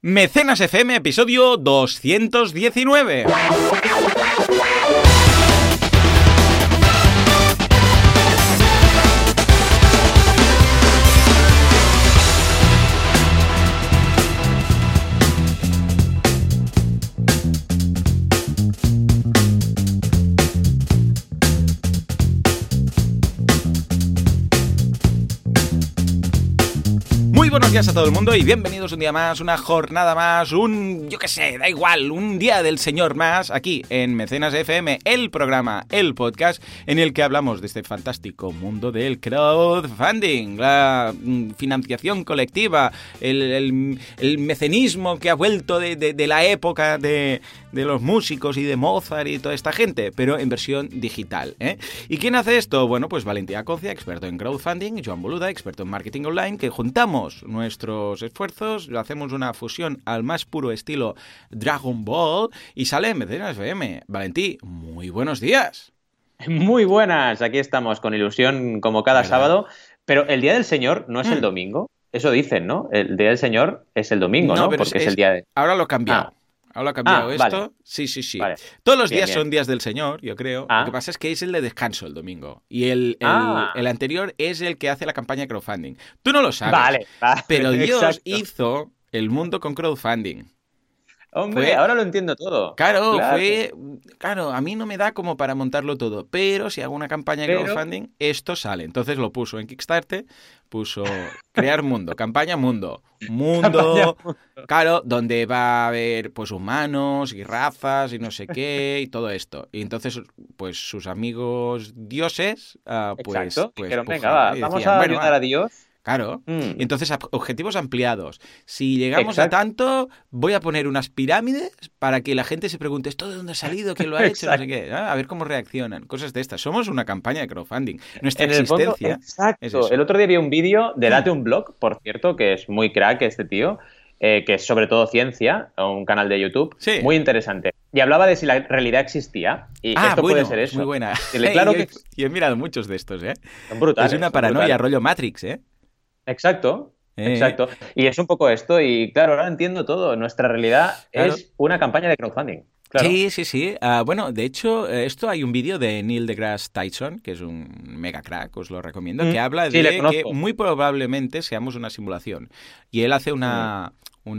Mecenas FM, episodio 219. Muy buenos días a todo el mundo y bienvenidos un día más, una jornada más, da igual, un día del señor más, aquí en Mecenas FM, el programa, el podcast, en el que hablamos de este fantástico mundo del crowdfunding, la financiación colectiva, el mecenismo que ha vuelto de la época de los músicos y de Mozart y toda esta gente, pero en versión digital, ¿eh? ¿Y quién hace esto? Bueno, pues Valentía Concia, experto en crowdfunding, Joan Boluda, experto en marketing online, que juntamos nuestros esfuerzos, lo hacemos una fusión al más puro estilo Dragon Ball y sale en Mecenas FM. Valentí, muy buenos días. Muy buenas, aquí estamos con ilusión como cada sábado, pero el Día del Señor no es el domingo, eso dicen, ¿no? El Día del Señor es el domingo, ¿no? Pero porque es el día de... Ahora lo he cambiado. Ahora ha cambiado esto. Vale. Sí. Vale. Todos los días Bien. son días del Señor, yo creo. Lo que pasa es que es el de descanso el domingo. Y el anterior es el que hace la campaña de crowdfunding. Tú no lo sabes. Vale. Pero Dios Exacto. hizo el mundo con crowdfunding. Hombre, ahora lo entiendo todo. Claro, a mí no me da como para montarlo todo, pero si hago una campaña de crowdfunding, esto sale. Entonces lo puso en Kickstarter, puso crear mundo, campaña mundo, claro, donde va a haber pues humanos y razas y no sé qué y todo esto. Y entonces, pues sus amigos dioses, Dijeron, venga, vamos a ayudar a Dios. Claro, y entonces objetivos ampliados. Si llegamos a tanto, voy a poner unas pirámides para que la gente se pregunte ¿esto de dónde ha salido? ¿Quién lo ha hecho? No sé qué. A ver cómo reaccionan. Cosas de estas. Somos una campaña de crowdfunding. Nuestra existencia es eso. El otro día vi un vídeo de Date un Blog, por cierto, que es muy crack este tío, que es sobre todo ciencia, un canal de YouTube, muy interesante. Y hablaba de si la realidad existía. Y esto puede ser eso. Muy buena. Claro yo he mirado muchos de estos, ¿eh? Son brutales. Es una paranoia, rollo Matrix, ¿eh? Exacto. Y es un poco esto, y claro, ahora entiendo todo. Nuestra realidad es una campaña de crowdfunding. Claro. Sí. Bueno, de hecho, esto hay un vídeo de Neil deGrasse Tyson, que es un mega crack, os lo recomiendo, que habla de que muy probablemente seamos una simulación. Y él hace una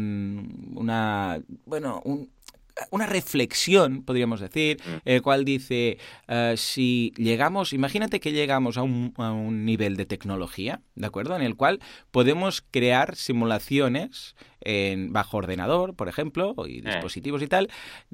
reflexión, podríamos decir, el cual dice, si llegamos, imagínate que llegamos a un nivel de tecnología, ¿de acuerdo? En el cual podemos crear simulaciones bajo ordenador, por ejemplo, y dispositivos y tal,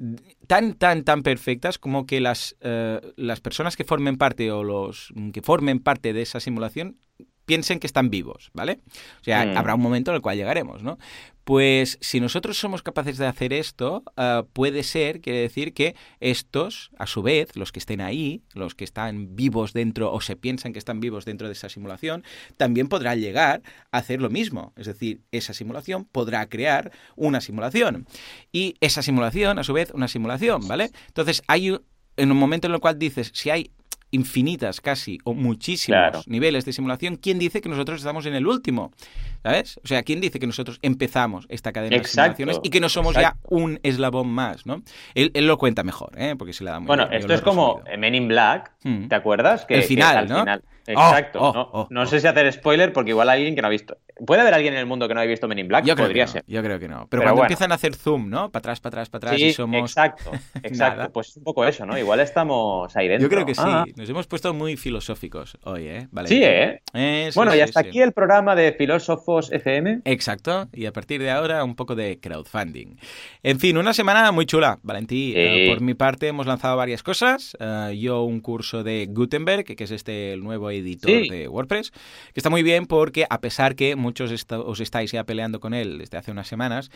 tan perfectas como que las personas que formen parte o los que formen parte de esa simulación piensen que están vivos, ¿vale? O sea, habrá un momento en el cual llegaremos, ¿no? Pues si nosotros somos capaces de hacer esto, quiere decir que estos, a su vez, los que estén ahí, los que están vivos dentro o se piensan que están vivos dentro de esa simulación, también podrán llegar a hacer lo mismo. Es decir, esa simulación podrá crear una simulación. Y esa simulación, a su vez, una simulación, ¿vale? Entonces, hay en un momento en el cual dices, si hay infinitas casi o muchísimos niveles de simulación, ¿quién dice que nosotros estamos en el último? ¿Sabes? O sea, ¿quién dice que nosotros empezamos esta cadena de simulaciones y que no somos ya un eslabón más, ¿no? Él lo cuenta mejor, ¿eh? Porque se le da muy bien. Esto es como Men in Black, ¿te acuerdas? El final, que ¿no? Final. Exacto. No sé si hacer spoiler porque igual hay alguien que no ha visto. ¿Puede haber alguien en el mundo que no haya visto Men in Black? Podría ser. Yo creo que no. Pero cuando empiezan a hacer zoom, ¿no? Para atrás y somos... Exacto. Pues un poco eso, ¿no? Igual estamos ahí dentro. Yo creo que sí. Nos hemos puesto muy filosóficos hoy, ¿eh? Vale. Sí, ¿eh? Y hasta aquí el programa de Filósofos FM. Exacto. Y a partir de ahora un poco de crowdfunding. En fin, una semana muy chula, Valentí. Por mi parte hemos lanzado varias cosas. Yo un curso de Gutenberg, que es el nuevo editor de WordPress, que está muy bien porque a pesar que muchos os estáis ya peleando con él desde hace unas semanas,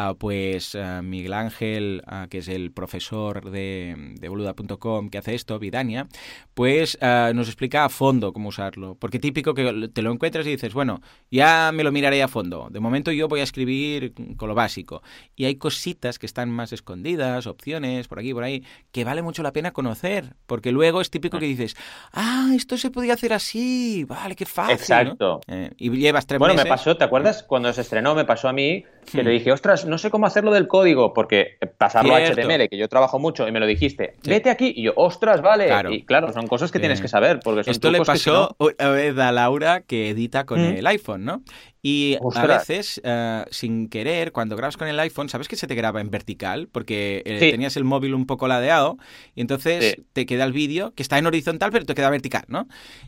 Miguel Ángel, que es el profesor de boluda.com que hace esto, Vidania, pues nos explica a fondo cómo usarlo. Porque típico que te lo encuentras y dices, bueno, ya me lo miraré a fondo. De momento yo voy a escribir con lo básico. Y hay cositas que están más escondidas, opciones, por aquí, por ahí, que vale mucho la pena conocer. Porque luego es típico que dices, esto se podía hacer así, vale, qué fácil. Exacto. ¿no? Y llevas 3 meses. Bueno, me pasó, ¿te acuerdas? Cuando se estrenó me pasó a mí que te dije, ostras, no sé cómo hacerlo del código, porque pasarlo a HTML, que yo trabajo mucho, y me lo dijiste, vete aquí, y yo, ostras, vale. Claro. Y claro, son cosas que tienes que saber, porque son Esto le pasó que una vez a Laura, que edita con el iPhone, ¿no? Y a veces, sin querer, cuando grabas con el iPhone, ¿sabes que se te graba en vertical? Porque tenías el móvil un poco ladeado y entonces te queda el vídeo, que está en horizontal, pero te queda vertical, ¿no?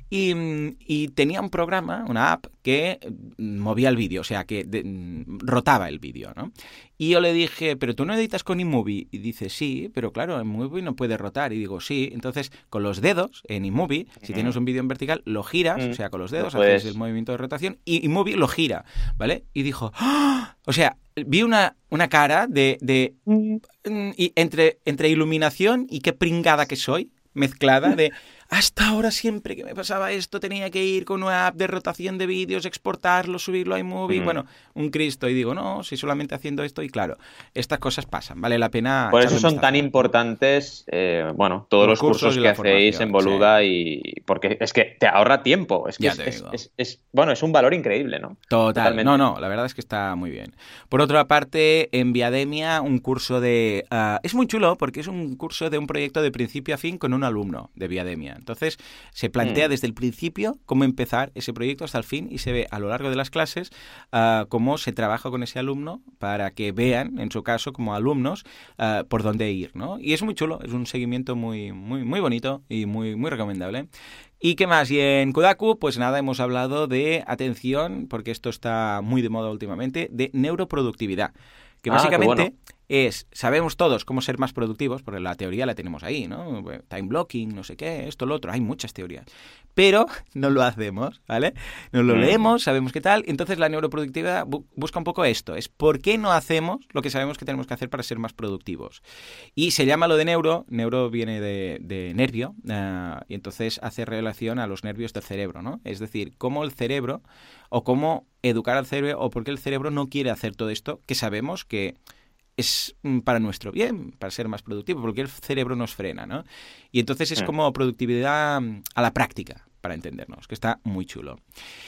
Y tenía un programa, una app, que movía el vídeo, o sea, que rotaba el vídeo, ¿no? Y yo le dije, ¿pero tú no editas con iMovie? Y dice, sí, pero claro, en iMovie no puede rotar. Y digo, sí. Entonces, con los dedos, en iMovie, si tienes un vídeo en vertical, lo giras, o sea, con los dedos haces el movimiento de rotación, y iMovie lo gira, ¿vale? Y dijo, ¡oh! O sea, vi una cara y entre iluminación y qué pringada que soy, mezclada de... Hasta ahora siempre que me pasaba esto tenía que ir con una app de rotación de vídeos, exportarlo, subirlo a iMovie, bueno, un Cristo. Y digo, no, si solamente haciendo esto, y claro, estas cosas pasan, vale la pena. Por eso son tan importantes, todos los cursos que hacéis en Boluda, y porque es que te ahorra tiempo, es que es un valor increíble, ¿no? Totalmente. No, la verdad es que está muy bien. Por otra parte, en Viademia, un curso de... es muy chulo porque es un curso de un proyecto de principio a fin con un alumno de Viademia. Entonces, se plantea desde el principio cómo empezar ese proyecto hasta el fin, y se ve a lo largo de las clases cómo se trabaja con ese alumno para que vean, en su caso, como alumnos, por dónde ir, ¿no? Y es muy chulo, es un seguimiento muy, muy, muy bonito y muy, muy recomendable. ¿Y qué más? Y en Kodaku, pues nada, hemos hablado de, atención, porque esto está muy de moda últimamente, de neuroproductividad. Que básicamente sabemos todos cómo ser más productivos, porque la teoría la tenemos ahí, ¿no? Time blocking, no sé qué, esto, lo otro, hay muchas teorías. Pero no lo hacemos, ¿vale? Nos lo leemos, sabemos qué tal. Entonces la neuroproductividad busca un poco esto, es por qué no hacemos lo que sabemos que tenemos que hacer para ser más productivos. Y se llama lo de neuro viene de nervio, y entonces hace relación a los nervios del cerebro, ¿no? Es decir, cómo el cerebro, o cómo educar al cerebro, o por qué el cerebro no quiere hacer todo esto que sabemos que es para nuestro bien, para ser más productivo, porque el cerebro nos frena, ¿no? Y entonces es como productividad a la práctica, para entendernos, que está muy chulo.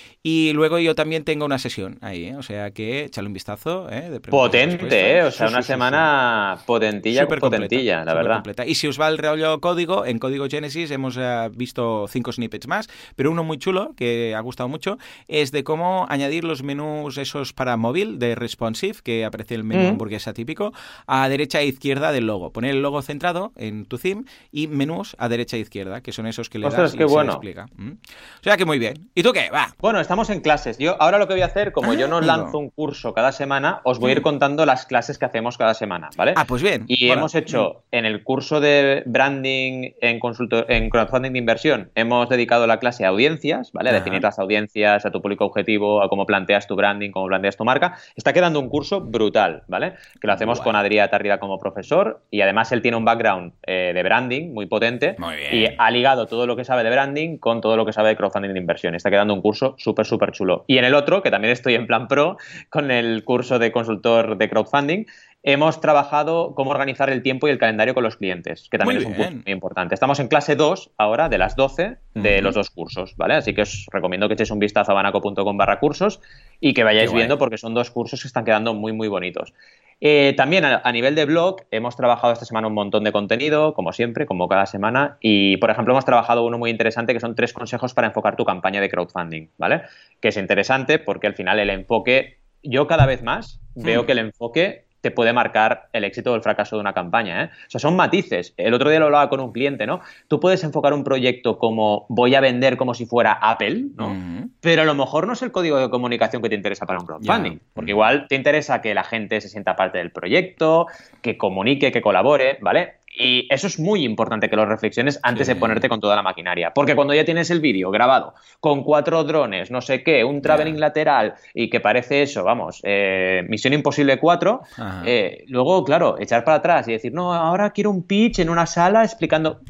Y luego yo también tengo una sesión ahí, o sea que échale un vistazo. De potente, o sea, una semana potentilla, la verdad. Completa. Y si os va el rollo código, en Código Génesis hemos visto 5 snippets más, pero uno muy chulo, que ha gustado mucho, es de cómo añadir los menús esos para móvil de responsive, que aparece el menú hamburguesa típico, a derecha e izquierda del logo. Poner el logo centrado en tu theme y menús a derecha e izquierda, que son esos que le das y se explica. O sea que muy bien. ¿Y tú qué? Va. Bueno, estamos en clases. Yo ahora lo que voy a hacer, como yo no lanzo un curso cada semana, os voy a ir contando las clases que hacemos cada semana, ¿vale? Pues bien. Y hemos hecho en el curso de branding en crowdfunding de inversión, hemos dedicado la clase a audiencias, ¿vale? A definir las audiencias, a tu público objetivo, a cómo planteas tu branding, cómo planteas tu marca. Está quedando un curso brutal, ¿vale? Que lo hacemos con Adrià Tarrida como profesor, y además él tiene un background de branding muy potente. Muy bien. Y ha ligado todo lo que sabe de branding con todo lo que sabe de crowdfunding de inversión. Está quedando un curso súper chulo. Y en el otro, que también estoy en plan pro, con el curso de consultor de crowdfunding, hemos trabajado cómo organizar el tiempo y el calendario con los clientes, que también es un curso muy importante. Estamos en clase 2 ahora, de las 12, de los dos cursos, ¿vale? Así que os recomiendo que echéis un vistazo a banaco.com/cursos y que vayáis viendo, porque son dos cursos que están quedando muy bonitos. También a nivel de blog hemos trabajado esta semana un montón de contenido, como siempre, como cada semana, y por ejemplo hemos trabajado uno muy interesante que son 3 consejos para enfocar tu campaña de crowdfunding, ¿vale? Que es interesante porque al final el enfoque, yo cada vez más veo que el enfoque te puede marcar el éxito o el fracaso de una campaña, ¿eh? O sea, son matices. El otro día lo hablaba con un cliente, ¿no? Tú puedes enfocar un proyecto como voy a vender como si fuera Apple, ¿no? Pero a lo mejor no es el código de comunicación que te interesa para un crowdfunding. Porque igual te interesa que la gente se sienta parte del proyecto, que comunique, que colabore, ¿vale? Y eso es muy importante que lo reflexiones antes de ponerte con toda la maquinaria. Porque cuando ya tienes el vídeo grabado con 4 drones, no sé qué, un traveling lateral y que parece eso, vamos, Misión Imposible 4, luego, claro, echar para atrás y decir, no, ahora quiero un pitch en una sala explicando,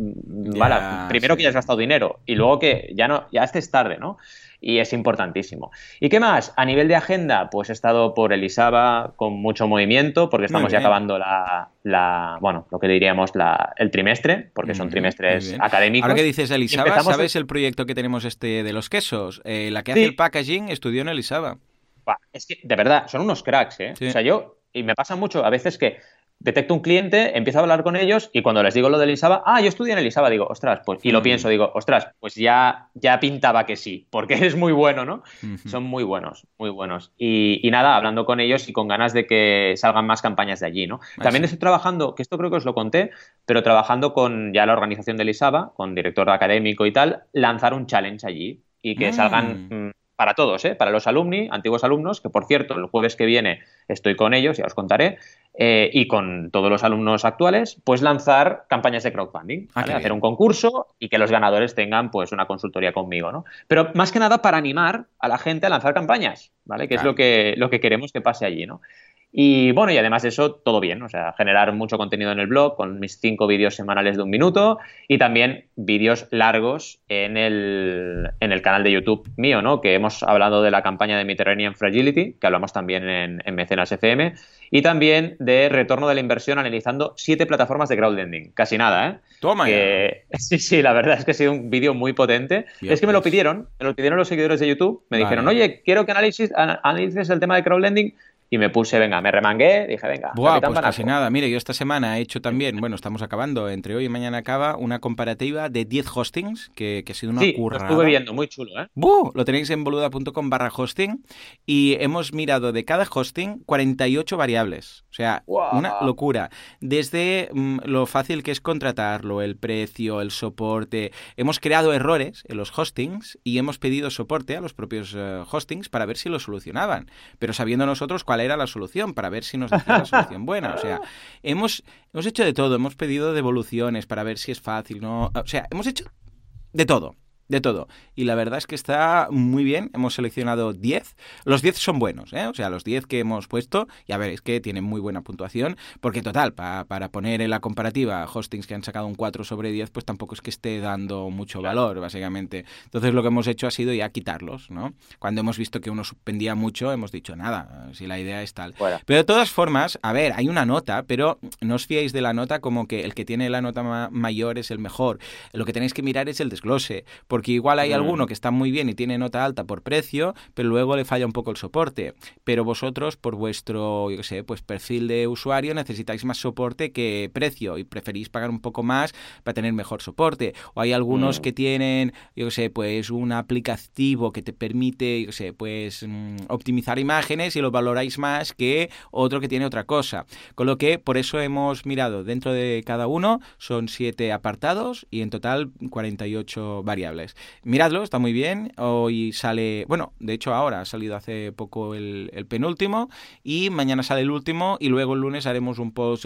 primero que ya has gastado dinero y luego que ya estés tarde, ¿no? Y es importantísimo. ¿Y qué más? A nivel de agenda, pues he estado por Elisava con mucho movimiento, porque estamos ya acabando lo que diríamos el trimestre, porque son trimestres académicos. Ahora que dices Elisava, ¿sabes el proyecto que tenemos de los quesos? La que hace el packaging estudió en Elisava. Es que, de verdad, son unos cracks, ¿eh? Sí. O sea, y me pasa mucho a veces que detecto un cliente, empiezo a hablar con ellos y cuando les digo lo del ISABA, yo estudié en el ISABA, digo, ostras, pues, y lo pienso, digo, ostras, pues ya pintaba que sí, porque es muy bueno, ¿no? Son muy buenos, muy buenos. Y nada, hablando con ellos y con ganas de que salgan más campañas de allí, ¿no? También estoy trabajando, que esto creo que os lo conté, pero trabajando con ya la organización del ISABA, con director académico y tal, lanzar un challenge allí y que salgan... para todos, para los alumni, antiguos alumnos, que por cierto, el jueves que viene estoy con ellos, ya os contaré, y con todos los alumnos actuales, pues lanzar campañas de crowdfunding, ¿vale? Hacer un concurso y que los ganadores tengan pues una consultoría conmigo, ¿no? Pero más que nada para animar a la gente a lanzar campañas, ¿vale? Que es lo que queremos que pase allí, ¿no? Y bueno, y además de eso, todo bien, o sea, generar mucho contenido en el blog con mis 5 vídeos semanales de 1 minuto y también vídeos largos en el canal de YouTube mío, ¿no? Que hemos hablado de la campaña de Mediterranean Fragility, que hablamos también en Mecenas FM, y también de retorno de la inversión analizando 7 plataformas de crowdlending. Casi nada, ¿eh? Toma ya. Sí, la verdad es que ha sido un vídeo muy potente. Bien, es que me lo pidieron los seguidores de YouTube, me dijeron, oye, quiero que analices el tema de crowdlending. Y me puse, venga, me remangué, dije, venga. Buah, pues casi nada. Mire, yo esta semana he hecho también, bueno, estamos acabando, entre hoy y mañana acaba, una comparativa de 10 hostings, que ha sido una currada. Lo estuve viendo, muy chulo, ¿eh? Lo tenéis en boluda.com/hosting y hemos mirado de cada hosting 48 variables. O sea, una locura. Desde lo fácil que es contratarlo, el precio, el soporte. Hemos creado errores en los hostings y hemos pedido soporte a los propios hostings para ver si lo solucionaban. Pero sabiendo nosotros cuál era la solución, para ver si nos decía la solución buena. O sea, hemos hecho de todo. Hemos pedido devoluciones para ver si es fácil, ¿no? O sea, hemos hecho de todo. De todo. Y la verdad es que está muy bien. Hemos seleccionado 10. Los 10 son buenos, ¿eh? O sea, los 10 que hemos puesto, ya veréis que tienen muy buena puntuación, porque total, para poner en la comparativa hostings que han sacado un 4 sobre 10, pues tampoco es que esté dando mucho valor, básicamente. Entonces lo que hemos hecho ha sido ya quitarlos, ¿no? Cuando hemos visto que uno suspendía mucho, hemos dicho, nada, si la idea es tal. Bueno. Pero de todas formas, a ver, hay una nota, pero no os fiéis de la nota como que el que tiene la nota mayor es el mejor. Lo que tenéis que mirar es el desglose, porque igual hay alguno que está muy bien y tiene nota alta por precio, pero luego le falla un poco el soporte. Pero vosotros, por vuestro, yo qué sé, pues perfil de usuario, necesitáis más soporte que precio y preferís pagar un poco más para tener mejor soporte. O hay algunos que tienen, yo qué sé, pues un aplicativo que te permite, yo qué sé, pues optimizar imágenes y lo valoráis más que otro que tiene otra cosa. Con lo que, por eso hemos mirado dentro de cada uno, son 7 apartados y en total 48 variables. Miradlo, está muy bien. Hoy sale, bueno, de hecho ahora ha salido hace poco el penúltimo y mañana sale el último y luego el lunes haremos un post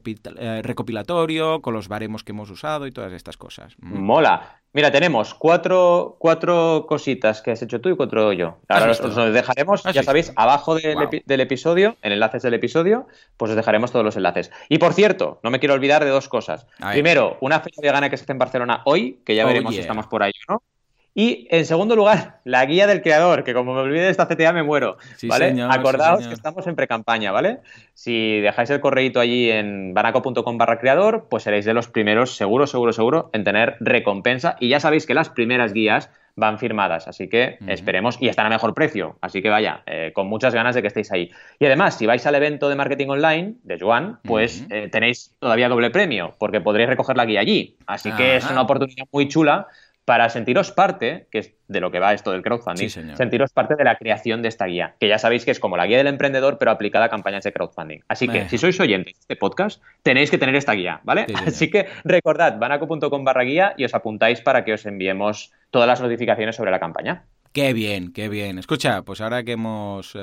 recopilatorio con los baremos que hemos usado y todas estas cosas. Mola. Mira, tenemos cuatro cositas que has hecho tú y 4 yo. Ahora os dejaremos, ya sabéis, abajo del episodio, en enlaces del episodio, pues os dejaremos todos los enlaces. Y por cierto, no me quiero olvidar de 2 cosas. Primero, una feria vegana que se hace en Barcelona hoy, que ya veremos si estamos por ahí o no. Y, en segundo lugar, la guía del creador, que como me olvide de esta CTA me muero, ¿vale? Señor, acordaos que estamos en precampaña, ¿vale? Si dejáis el correíto allí en banaco.com/creador, pues seréis de los primeros, seguro, en tener recompensa. Y ya sabéis que las primeras guías van firmadas, así que esperemos, y están a mejor precio, así que vaya, con muchas ganas de que estéis ahí. Y además, si vais al evento de marketing online de Joan, pues tenéis todavía doble premio, porque podréis recoger la guía allí. Así que es una oportunidad muy chula para sentiros parte, que es de lo que va esto del crowdfunding, sentiros parte de la creación de esta guía, que ya sabéis que es como la guía del emprendedor, pero aplicada a campañas de crowdfunding. Así que, si sois oyentes de este podcast, tenéis que tener esta guía, ¿vale? Así que recordad, banaco.com/guía y os apuntáis para que os enviemos todas las notificaciones sobre la campaña. Qué bien, qué bien. Escucha, pues ahora que hemos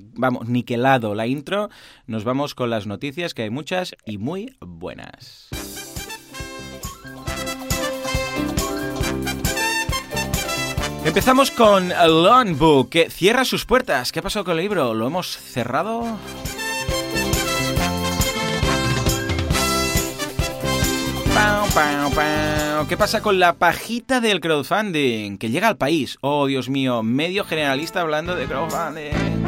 niquelado la intro, nos vamos con las noticias, que hay muchas y muy buenas. Empezamos con Loanbook, que cierra sus puertas. ¿Qué ha pasado con el libro? ¿Lo hemos cerrado? ¿Qué pasa con la pajita del crowdfunding? Que llega al país. Oh, Dios mío, medio generalista hablando de crowdfunding.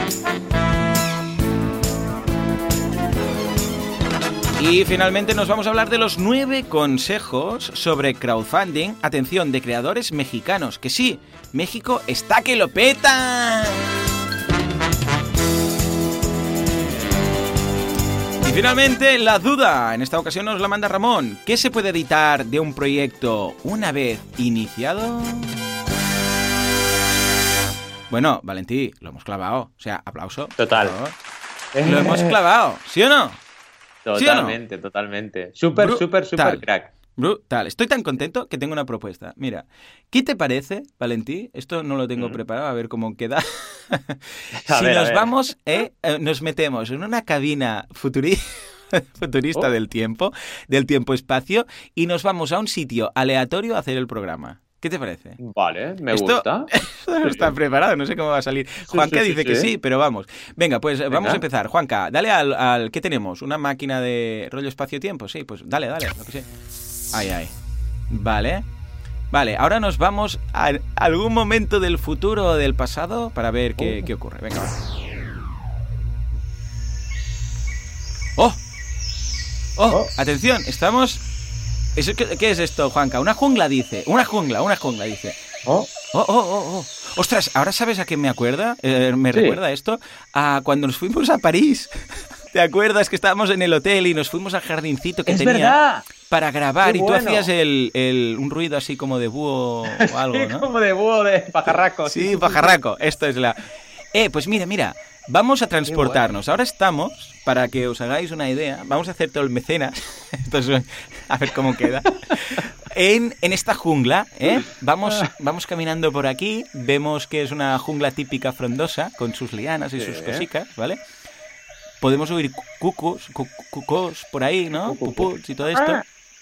Y finalmente nos vamos a hablar de los 9 consejos sobre crowdfunding, atención, de creadores mexicanos. Que sí, México está que lo peta. Finalmente, la duda. En esta ocasión nos la manda Ramón. ¿Qué se puede editar de un proyecto una vez iniciado? Bueno, Valentí, lo hemos clavado. O sea, aplauso. Total. Lo hemos clavado, ¿sí o no? Totalmente, totalmente. Súper crack. Brutal. Estoy tan contento que tengo una propuesta. Mira, ¿qué te parece, Valentí? Esto no lo tengo preparado, a ver cómo queda. Si nos vamos, nos metemos en una cabina futurista del tiempo-espacio, y nos vamos a un sitio aleatorio a hacer el programa. ¿Qué te parece? Vale, me gusta. Esto no está preparado, no sé cómo va a salir. Juanca dice que sí, pero vamos. Venga, pues vamos a empezar. Juanca, dale al... ¿Qué tenemos? ¿Una máquina de rollo espacio-tiempo? Sí, pues dale, lo que sé. Ahí. Vale, ahora nos vamos a algún momento del futuro o del pasado para ver qué ocurre. Venga, va. ¡Oh! Atención, estamos... ¿Qué es esto, Juanca? Una jungla, dice. Una jungla, dice. ¡Oh! Ostras, ¿ahora sabes a qué me acuerda? Recuerda esto a cuando nos fuimos a París. ¿Te acuerdas que estábamos en el hotel y nos fuimos al jardincito que tenía verdad. Para grabar? Qué y tú bueno. hacías un ruido así como de búho o algo, Sí, ¿no? como de búho, de pajarraco. Sí, pajarraco. Esto es la... pues mira. Vamos a transportarnos. Ahora estamos, para que os hagáis una idea, vamos a hacer todo el mecenas. Esto es, a ver cómo queda. En esta jungla, vamos caminando por aquí. Vemos que es una jungla típica frondosa, con sus lianas y sus cositas, ¿vale? Podemos oír cucos por ahí, ¿no? Puputs y todo esto.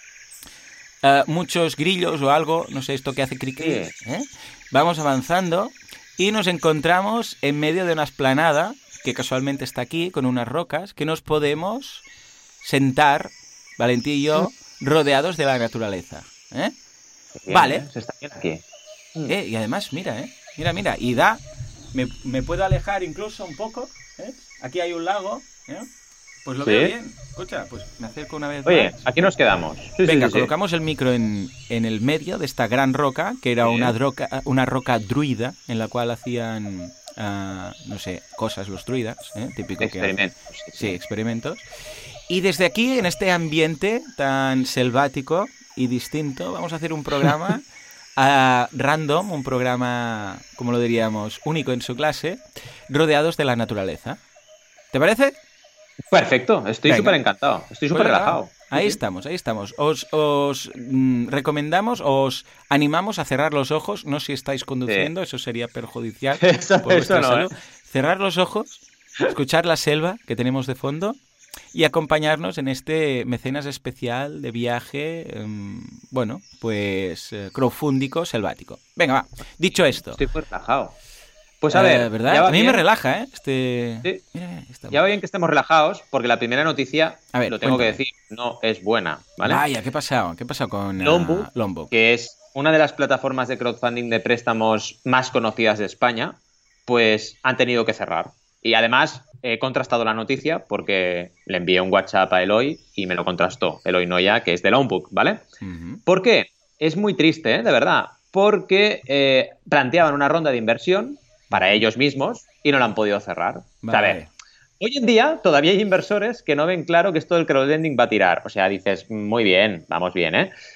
Muchos grillos o algo, no sé, esto que hace cri-cri. Vamos avanzando y nos encontramos en medio de una explanada que casualmente está aquí, con unas rocas, que nos podemos sentar, Valentí y yo, rodeados de la naturaleza. Bien, Vale. Se está bien aquí. Y además, mira, y me puedo alejar incluso un poco, Aquí hay un lago, Pues lo veo bien. Escucha, pues me acerco una vez Oye, más. aquí nos quedamos. Venga, colocamos el micro en el medio de esta gran roca, que era una roca druida, en la cual hacían, no sé, cosas los druidas, típico experimentos. Sí, experimentos. Y desde aquí, en este ambiente tan selvático y distinto, vamos a hacer un programa random, un programa, como lo diríamos, único en su clase, rodeados de la naturaleza. ¿Te parece? Perfecto, estoy súper encantado, estoy súper relajado. Ahí estamos. Os recomendamos, os animamos a cerrar los ojos, no si estáis conduciendo, eso sería perjudicial por vuestra salud. Cerrar los ojos, escuchar la selva que tenemos de fondo y acompañarnos en este mecenas especial de viaje, crowdfundico selvático. Venga, va. Dicho esto. Estoy muy relajado. Pues a ver, ¿verdad? A mí me relaja, Sí. Mira, ya va bien que estemos relajados, porque la primera noticia, lo tengo que decir, no es buena, ¿vale? Vaya, ¿qué ha pasado? ¿Qué ha pasado con Lombok, que es una de las plataformas de crowdfunding de préstamos más conocidas de España, pues han tenido que cerrar. Y además he contrastado la noticia porque le envié un WhatsApp a Eloy y me lo contrastó. Eloy Noya, que es de Lombok, ¿vale? ¿Por qué? Es muy triste, de verdad, porque planteaban una ronda de inversión para ellos mismos y no la han podido cerrar. Vale. A ver, hoy en día todavía hay inversores que no ven claro que esto del crowdlending va a tirar. O sea, dices, muy bien, vamos bien,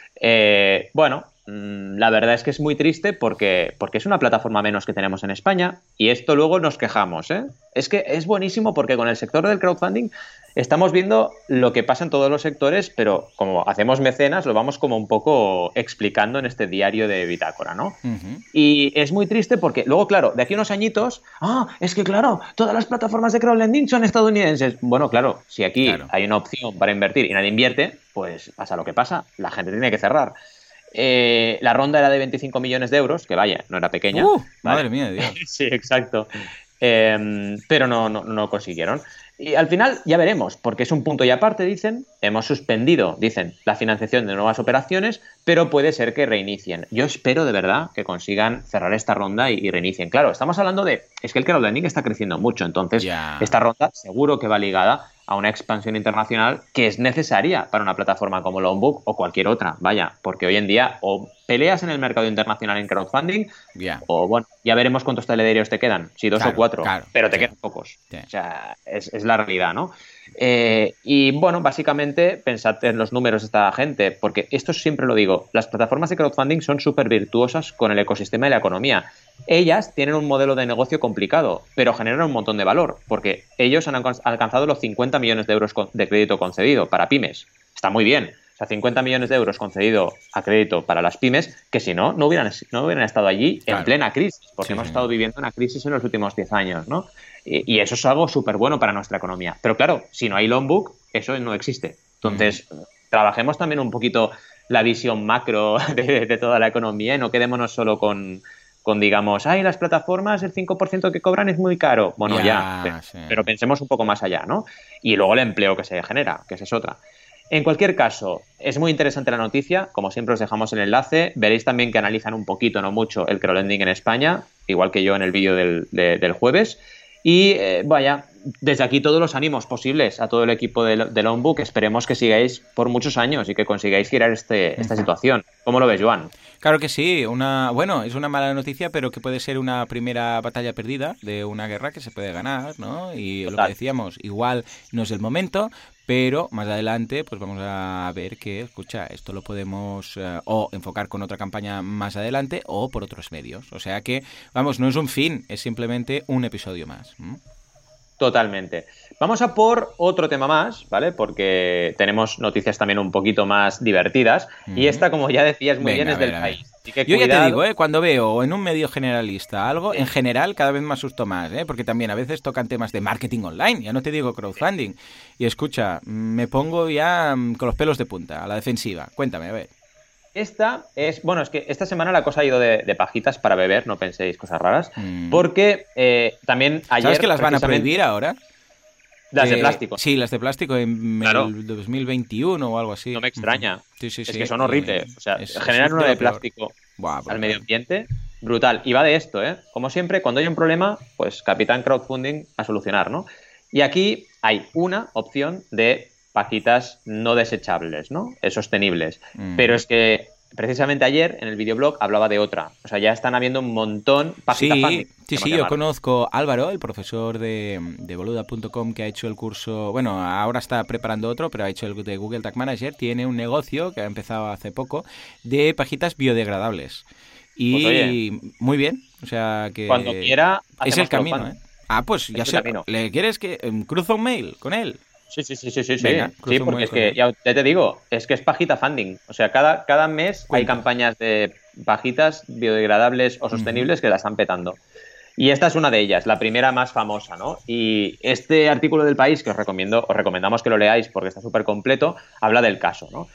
la verdad es que es muy triste porque es una plataforma menos que tenemos en España y esto luego nos quejamos, Es que es buenísimo porque con el sector del crowdfunding estamos viendo lo que pasa en todos los sectores, pero como hacemos mecenas, lo vamos como un poco explicando en este diario de Bitácora, ¿no? Y es muy triste porque luego, claro, de aquí a unos añitos, es que claro, todas las plataformas de crowdlending son estadounidenses. Bueno, claro, si aquí hay una opción para invertir y nadie invierte, pues pasa lo que pasa, la gente tiene que cerrar. La ronda era de 25 millones de euros, que vaya, no era pequeña. ¿Vale? Madre mía, Dios. Sí, exacto. Pero no consiguieron. Y al final ya veremos, porque es un punto y aparte, dicen, hemos suspendido, dicen, la financiación de nuevas operaciones, pero puede ser que reinicien. Yo espero de verdad que consigan cerrar esta ronda y reinicien. Claro, estamos hablando es que el crowdlending está creciendo mucho, entonces esta ronda seguro que va ligada a una expansión internacional que es necesaria para una plataforma como Lombok o cualquier otra, vaya, porque hoy en día o peleas en el mercado internacional en crowdfunding, Ya. o bueno, ya veremos cuántos telediarios te quedan, si 2 Claro, o 4, claro, pero te sí. quedan pocos. Sí. O sea, es la realidad, ¿no? Y bueno, básicamente pensad en los números de esta gente, porque esto siempre lo digo, las plataformas de crowdfunding son súper virtuosas con el ecosistema y la economía. Ellas tienen un modelo de negocio complicado, pero generan un montón de valor, porque ellos han alcanzado los 50 millones de euros de crédito concedido para pymes. Está muy bien. O sea, 50 millones de euros concedido a crédito para las pymes, que si no, no hubieran estado allí Claro. en plena crisis, porque Sí, hemos sí. estado viviendo una crisis en los últimos 10 años, ¿no? Y eso es algo súper bueno para nuestra economía. Pero claro, si no hay loan book, eso no existe. Entonces, trabajemos también un poquito la visión macro de toda la economía y no quedémonos solo con digamos, ay, las plataformas, el 5% que cobran es muy caro. Bueno, ya, sí. pero pensemos un poco más allá, ¿no? Y luego el empleo que se genera, que esa es otra. En cualquier caso, es muy interesante la noticia. Como siempre, os dejamos el enlace. Veréis también que analizan un poquito, no mucho, el crowdlending en España, igual que yo en el vídeo del jueves. Y vaya, desde aquí todos los ánimos posibles a todo el equipo de Loanbook. Esperemos que sigáis por muchos años y que consigáis girar esta situación. ¿Cómo lo ves, Joan? Claro que sí, bueno, es una mala noticia, pero que puede ser una primera batalla perdida de una guerra que se puede ganar, ¿no? Y lo que decíamos, igual no es el momento, pero más adelante pues vamos a ver que, escucha, esto lo podemos o enfocar con otra campaña más adelante o por otros medios. O sea que, vamos, no es un fin, es simplemente un episodio más. Totalmente. Vamos a por otro tema más, ¿vale? Porque tenemos noticias también un poquito más divertidas. Y esta, como ya decías muy bien, es del país. Así que yo cuidado. Ya te digo, cuando veo en un medio generalista algo, en general cada vez me asusto más, porque también a veces tocan temas de marketing online, ya no te digo crowdfunding. Y escucha, me pongo ya con los pelos de punta, a la defensiva. Cuéntame, a ver. Esta es, bueno, es que esta semana la cosa ha ido de pajitas para beber, no penséis cosas raras, porque también ayer... ¿Sabes que las van a prohibir ahora? Las de plástico. Sí, las de plástico en el 2021 o algo así. No me extraña. Sí, es que son horribles. O sea, generar es una de plástico al medio ambiente, brutal. Y va de esto, ¿eh? Como siempre, cuando hay un problema, pues Capitán Crowdfunding a solucionar, ¿no? Y aquí hay una opción de pajitas no desechables, ¿no? Sostenibles. Pero es que precisamente ayer en el videoblog hablaba de otra. O sea, ya están habiendo un montón pajita funding. Sí, yo conozco a Álvaro, el profesor de boluda.com, que ha hecho el curso, bueno, ahora está preparando otro, pero ha hecho el de Google Tag Manager. Tiene un negocio que ha empezado hace poco de pajitas biodegradables. Y pues, oye, muy bien, o sea que... Cuando quiera, es el camino, ¿eh? Ah, pues ya sé, ¿le quieres que cruza un mail con él? Sí. Venga, sí, porque es que, ya te digo, es que es pajita funding. O sea, cada mes hay campañas de pajitas biodegradables o sostenibles que la están petando. Y esta es una de ellas, la primera más famosa, ¿no? Y este artículo del País, que os recomendamos que lo leáis porque está súper completo, habla del caso, ¿no?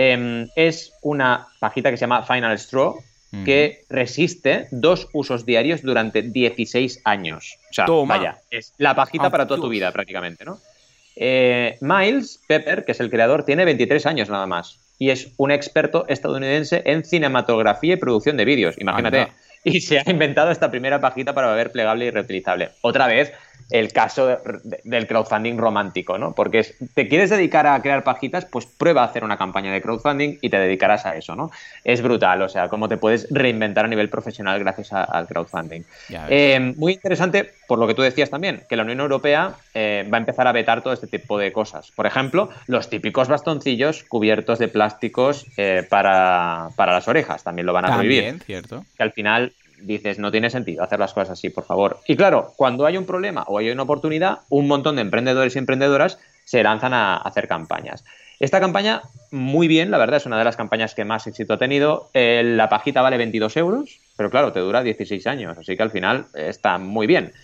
Es una pajita que se llama Final Straw, que resiste 2 usos diarios durante 16 años. O sea, vaya, es la pajita para toda tu vida prácticamente, ¿no? Miles Pepper, que es el creador, tiene 23 años nada más y es un experto estadounidense en cinematografía y producción de vídeos, imagínate. Anda. Y se ha inventado esta primera pajita para beber plegable y reutilizable. Otra vez, el caso del crowdfunding romántico, ¿no? Porque te quieres dedicar a crear pajitas, pues prueba a hacer una campaña de crowdfunding y te dedicarás a eso, ¿no? Es brutal, o sea, cómo te puedes reinventar a nivel profesional gracias al crowdfunding. Muy interesante, por lo que tú decías también, que la Unión Europea va a empezar a vetar todo este tipo de cosas. Por ejemplo, los típicos bastoncillos cubiertos de plásticos para las orejas, también lo van a prohibir. También, cierto. Que al final... dices, no tiene sentido hacer las cosas así, por favor. Y claro, cuando hay un problema o hay una oportunidad, un montón de emprendedores y emprendedoras se lanzan a hacer campañas. Esta campaña, muy bien, la verdad, es una de las campañas que más éxito ha tenido. La pajita vale 22 euros, pero claro, te dura 16 años, así que al final está muy bien.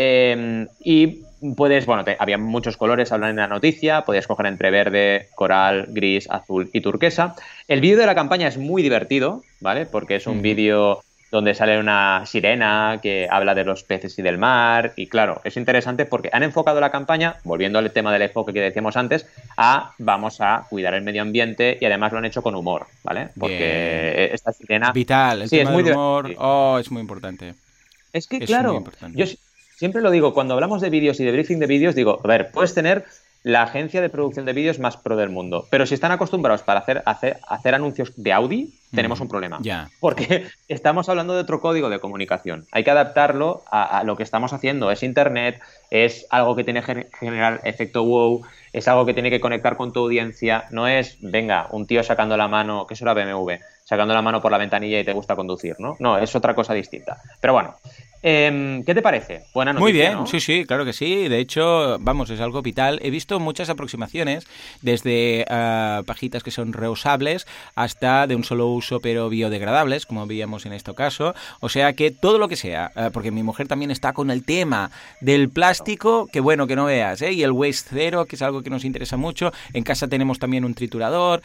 Y puedes, bueno, había muchos colores, hablan en la noticia, podías coger entre verde, coral, gris, azul y turquesa. El vídeo de la campaña es muy divertido, ¿vale? Porque es un vídeo donde sale una sirena que habla de los peces y del mar. Y claro, es interesante porque han enfocado la campaña, volviendo al tema del enfoque que decíamos antes, vamos a cuidar el medio ambiente y además lo han hecho con humor, ¿vale? Porque esta sirena... Es vital, el tema del humor es muy importante. Es que, claro, yo siempre lo digo, cuando hablamos de vídeos y de briefing de vídeos, digo, a ver, puedes tener la agencia de producción de vídeos más pro del mundo, pero si están acostumbrados para hacer anuncios de Audi, tenemos un problema. Ya. Porque estamos hablando de otro código de comunicación. Hay que adaptarlo a lo que estamos haciendo. Es Internet, es algo que tiene que generar efecto wow, es algo que tiene que conectar con tu audiencia. No es, venga, un tío sacando la mano, que es una BMW, sacando la mano por la ventanilla y te gusta conducir, ¿no? No, es otra cosa distinta. Pero bueno, ¿qué te parece? Buena noticia, Muy bien, ¿no? sí, claro que sí. De hecho, vamos, es algo vital. He visto muchas aproximaciones, desde pajitas que son reusables hasta de un solo uso pero biodegradables, como veíamos en este caso. O sea que todo lo que sea, porque mi mujer también está con el tema del plástico, que bueno, que no veas, ¿eh? Y el waste zero, que es algo que nos interesa mucho. En casa tenemos también un triturador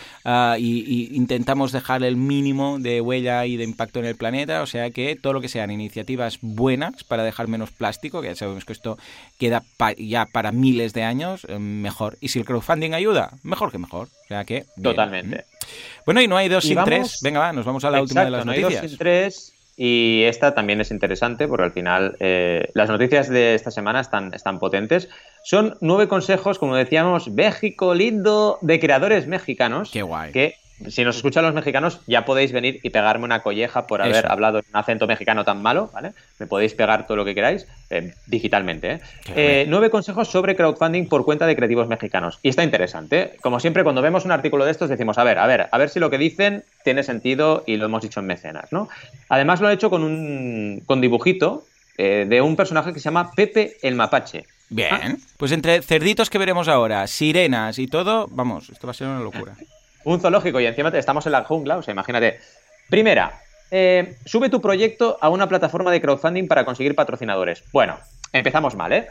y intentamos dejar el mínimo de huella y de impacto en el planeta. O sea que todo lo que sean iniciativas buenas para dejar menos plástico, que ya sabemos que esto queda ya para miles de años, mejor. Y si el crowdfunding ayuda, mejor que mejor. O sea que bien. Totalmente. Bueno, y no hay dos Y sin vamos... tres. Venga, va, nos vamos a la última de las no noticias. Hay 2 sin 3 y esta también es interesante porque al final las noticias de esta semana están potentes. Son 9 consejos, como decíamos, México lindo, de creadores mexicanos. Qué guay. Que si nos escuchan los mexicanos ya podéis venir y pegarme una colleja por haber hablado en un acento mexicano tan malo, ¿vale? Me podéis pegar todo lo que queráis digitalmente, ¿eh? 9 consejos sobre crowdfunding por cuenta de creativos mexicanos. Y está interesante. Como siempre, cuando vemos un artículo de estos decimos, a ver si lo que dicen tiene sentido y lo hemos dicho en Mecenas, ¿no? Además lo he hecho con dibujito de un personaje que se llama Pepe el Mapache. Bien. Pues entre cerditos que veremos ahora, sirenas y todo, vamos, esto va a ser una locura. Un zoológico y encima estamos en la jungla, o sea, imagínate. Primera, sube tu proyecto a una plataforma de crowdfunding para conseguir patrocinadores. Bueno, empezamos mal, ¿eh?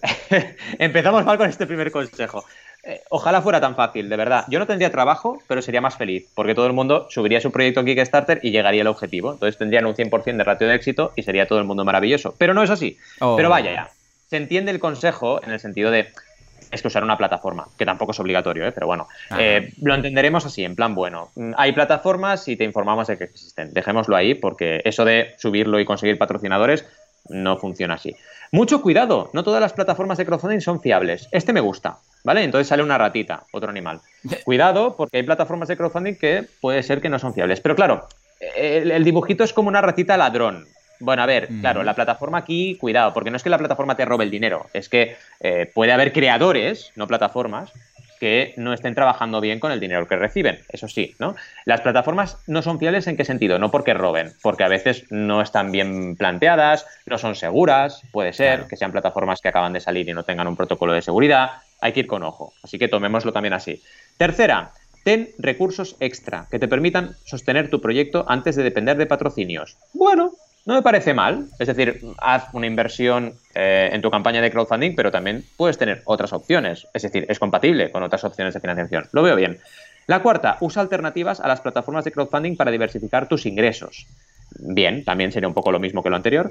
Empezamos mal con este primer consejo. Ojalá fuera tan fácil, de verdad. Yo no tendría trabajo, pero sería más feliz, porque todo el mundo subiría su proyecto en Kickstarter y llegaría al objetivo. Entonces tendrían un 100% de ratio de éxito y sería todo el mundo maravilloso. Pero no es así. Oh. Pero vaya ya. Se entiende el consejo en el sentido de... es que usar una plataforma, que tampoco es obligatorio, pero bueno, lo entenderemos así, en plan bueno. Hay plataformas y te informamos de que existen. Dejémoslo ahí porque eso de subirlo y conseguir patrocinadores no funciona así. Mucho cuidado, no todas las plataformas de crowdfunding son fiables. Este me gusta, ¿vale? Entonces sale una ratita, otro animal. Cuidado porque hay plataformas de crowdfunding que puede ser que no son fiables. Pero claro, el dibujito es como una ratita ladrón. Bueno, a ver, claro, la plataforma aquí, cuidado, porque no es que la plataforma te robe el dinero, es que puede haber creadores, no plataformas, que no estén trabajando bien con el dinero que reciben, eso sí, ¿no? Las plataformas no son fiables ¿en qué sentido? No porque roben, porque a veces no están bien planteadas, no son seguras, puede ser que sean plataformas que acaban de salir y no tengan un protocolo de seguridad, hay que ir con ojo, así que tomémoslo también así. Tercera, ten recursos extra que te permitan sostener tu proyecto antes de depender de patrocinios. Bueno, no me parece mal, es decir, haz una inversión en tu campaña de crowdfunding, pero también puedes tener otras opciones, es decir, es compatible con otras opciones de financiación. Lo veo bien. La cuarta, usa alternativas a las plataformas de crowdfunding para diversificar tus ingresos. Bien, también sería un poco lo mismo que lo anterior.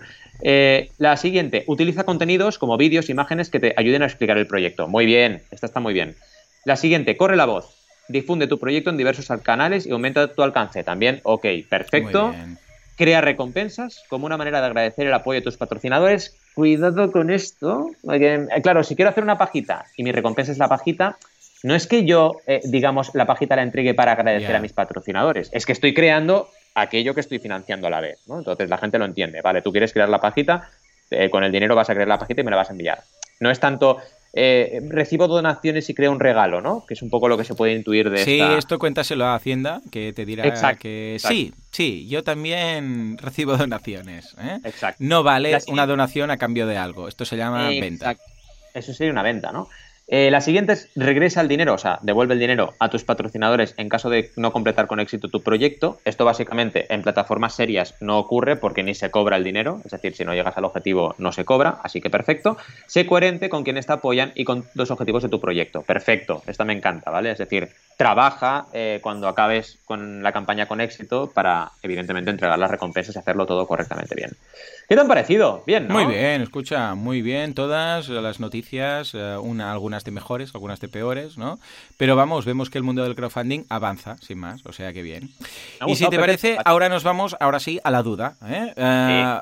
La siguiente, utiliza contenidos como vídeos, imágenes que te ayuden a explicar el proyecto. Muy bien, esta está muy bien. La siguiente, corre la voz. Difunde tu proyecto en diversos canales y aumenta tu alcance. También, ok, perfecto. Muy bien. Crea recompensas como una manera de agradecer el apoyo de tus patrocinadores. Cuidado con esto. Porque, claro, si quiero hacer una pajita y mi recompensa es la pajita, no es que yo, digamos, la pajita la entregue para agradecer a mis patrocinadores. Es que estoy creando aquello que estoy financiando a la vez, ¿no? Entonces la gente lo entiende. Vale, tú quieres crear la pajita, con el dinero vas a crear la pajita y me la vas a enviar. No es tanto... recibo donaciones y creo un regalo, ¿no? Que es un poco lo que se puede intuir de sí, esta... esto cuéntaselo a Hacienda, que te dirá que sí, yo también recibo donaciones, ¿eh? Exacto. No vale una donación a cambio de algo, esto se llama venta. Eso sería una venta, ¿no? La siguiente es regresa el dinero, o sea, devuelve el dinero a tus patrocinadores en caso de no completar con éxito tu proyecto. Esto básicamente en plataformas serias no ocurre porque ni se cobra el dinero, es decir, si no llegas al objetivo no se cobra, así que perfecto. Sé coherente con quienes te apoyan y con los objetivos de tu proyecto. Perfecto, esta me encanta, ¿vale? Es decir, trabaja cuando acabes con la campaña con éxito para, evidentemente, entregar las recompensas y hacerlo todo correctamente bien. ¿Qué te han parecido? Bien, ¿no? Muy bien, escucha, muy bien todas las noticias, algunas de mejores, algunas de peores, ¿no? Pero vamos, vemos que el mundo del crowdfunding avanza, sin más, o sea que bien. Y si te parece, ahora nos vamos, ahora sí, a la duda, ¿eh?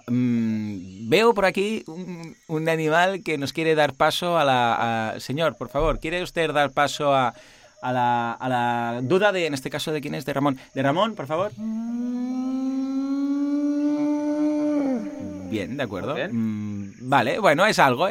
Veo por aquí un animal que nos quiere dar paso a la... señor, por favor, ¿quiere usted dar paso a a la duda de, en este caso, de quién es, de Ramón. De Ramón, por favor. Bien, de acuerdo. Vale, bueno, es algo.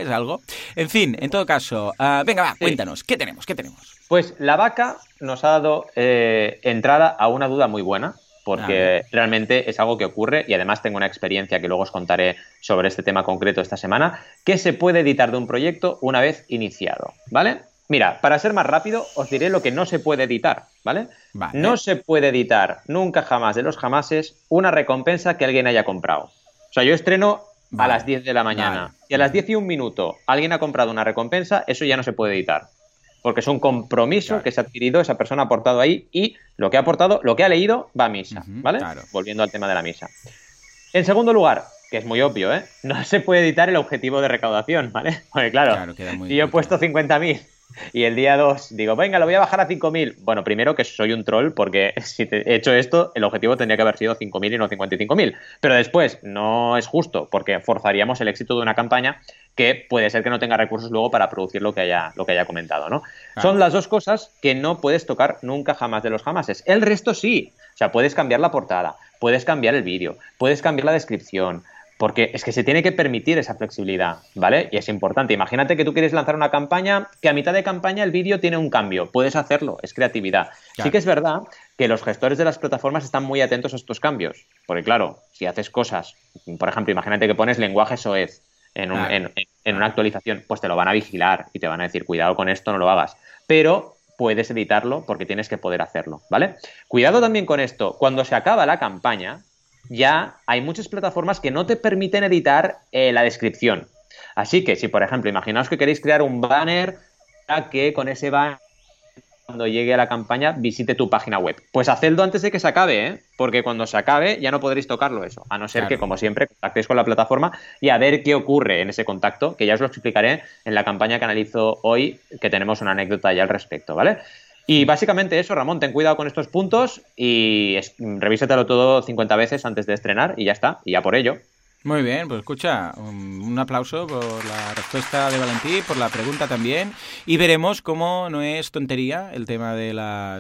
En fin, en todo caso, venga, va, cuéntanos, ¿qué tenemos? Pues la vaca nos ha dado entrada a una duda muy buena, porque realmente es algo que ocurre y además tengo una experiencia que luego os contaré sobre este tema concreto esta semana, que se puede editar de un proyecto una vez iniciado, ¿vale? Mira, para ser más rápido, os diré lo que no se puede editar, ¿vale? No se puede editar nunca jamás de los jamases una recompensa que alguien haya comprado. O sea, yo estreno a las 10 de la mañana. Y a las 10 y un minuto alguien ha comprado una recompensa, eso ya no se puede editar. Porque es un compromiso que se ha adquirido, esa persona ha aportado ahí y lo que ha aportado, lo que ha leído, va a misa, ¿vale? Volviendo al tema de la misa. En segundo lugar, que es muy obvio, no se puede editar el objetivo de recaudación, ¿vale? Porque claro si yo he puesto 50.000 y el día 2 digo, venga, lo voy a bajar a 5.000. Bueno, primero que soy un troll porque si he hecho esto, el objetivo tendría que haber sido 5.000 y no 55.000. Pero después no es justo porque forzaríamos el éxito de una campaña que puede ser que no tenga recursos luego para producir lo que haya comentado, ¿no? Son las dos cosas que no puedes tocar nunca jamás de los jamases. El resto sí. O sea, puedes cambiar la portada, puedes cambiar el vídeo, puedes cambiar la descripción, porque es que se tiene que permitir esa flexibilidad, ¿vale? Y es importante. Imagínate que tú quieres lanzar una campaña, que a mitad de campaña el vídeo tiene un cambio. Puedes hacerlo, es creatividad. Sí que es verdad que los gestores de las plataformas están muy atentos a estos cambios. Porque claro, si haces cosas, por ejemplo, imagínate que pones lenguaje soez en una actualización, pues te lo van a vigilar y te van a decir, cuidado con esto, no lo hagas. Pero puedes editarlo porque tienes que poder hacerlo, ¿vale? Cuidado también con esto. Cuando se acaba la campaña, ya hay muchas plataformas que no te permiten editar la descripción. Así que si, por ejemplo, imaginaos que queréis crear un banner para que con ese banner, cuando llegue a la campaña, visite tu página web. Pues hacedlo antes de que se acabe, porque cuando se acabe ya no podréis tocarlo eso, a no ser que, como siempre, contactéis con la plataforma y a ver qué ocurre en ese contacto, que ya os lo explicaré en la campaña que analizo hoy, que tenemos una anécdota ya al respecto, ¿vale? Y básicamente eso, Ramón, ten cuidado con estos puntos y revísatelo todo 50 veces antes de estrenar y ya está, y ya por ello. Muy bien, pues escucha, un aplauso por la respuesta de Valentí, por la pregunta también, y veremos cómo no es tontería el tema de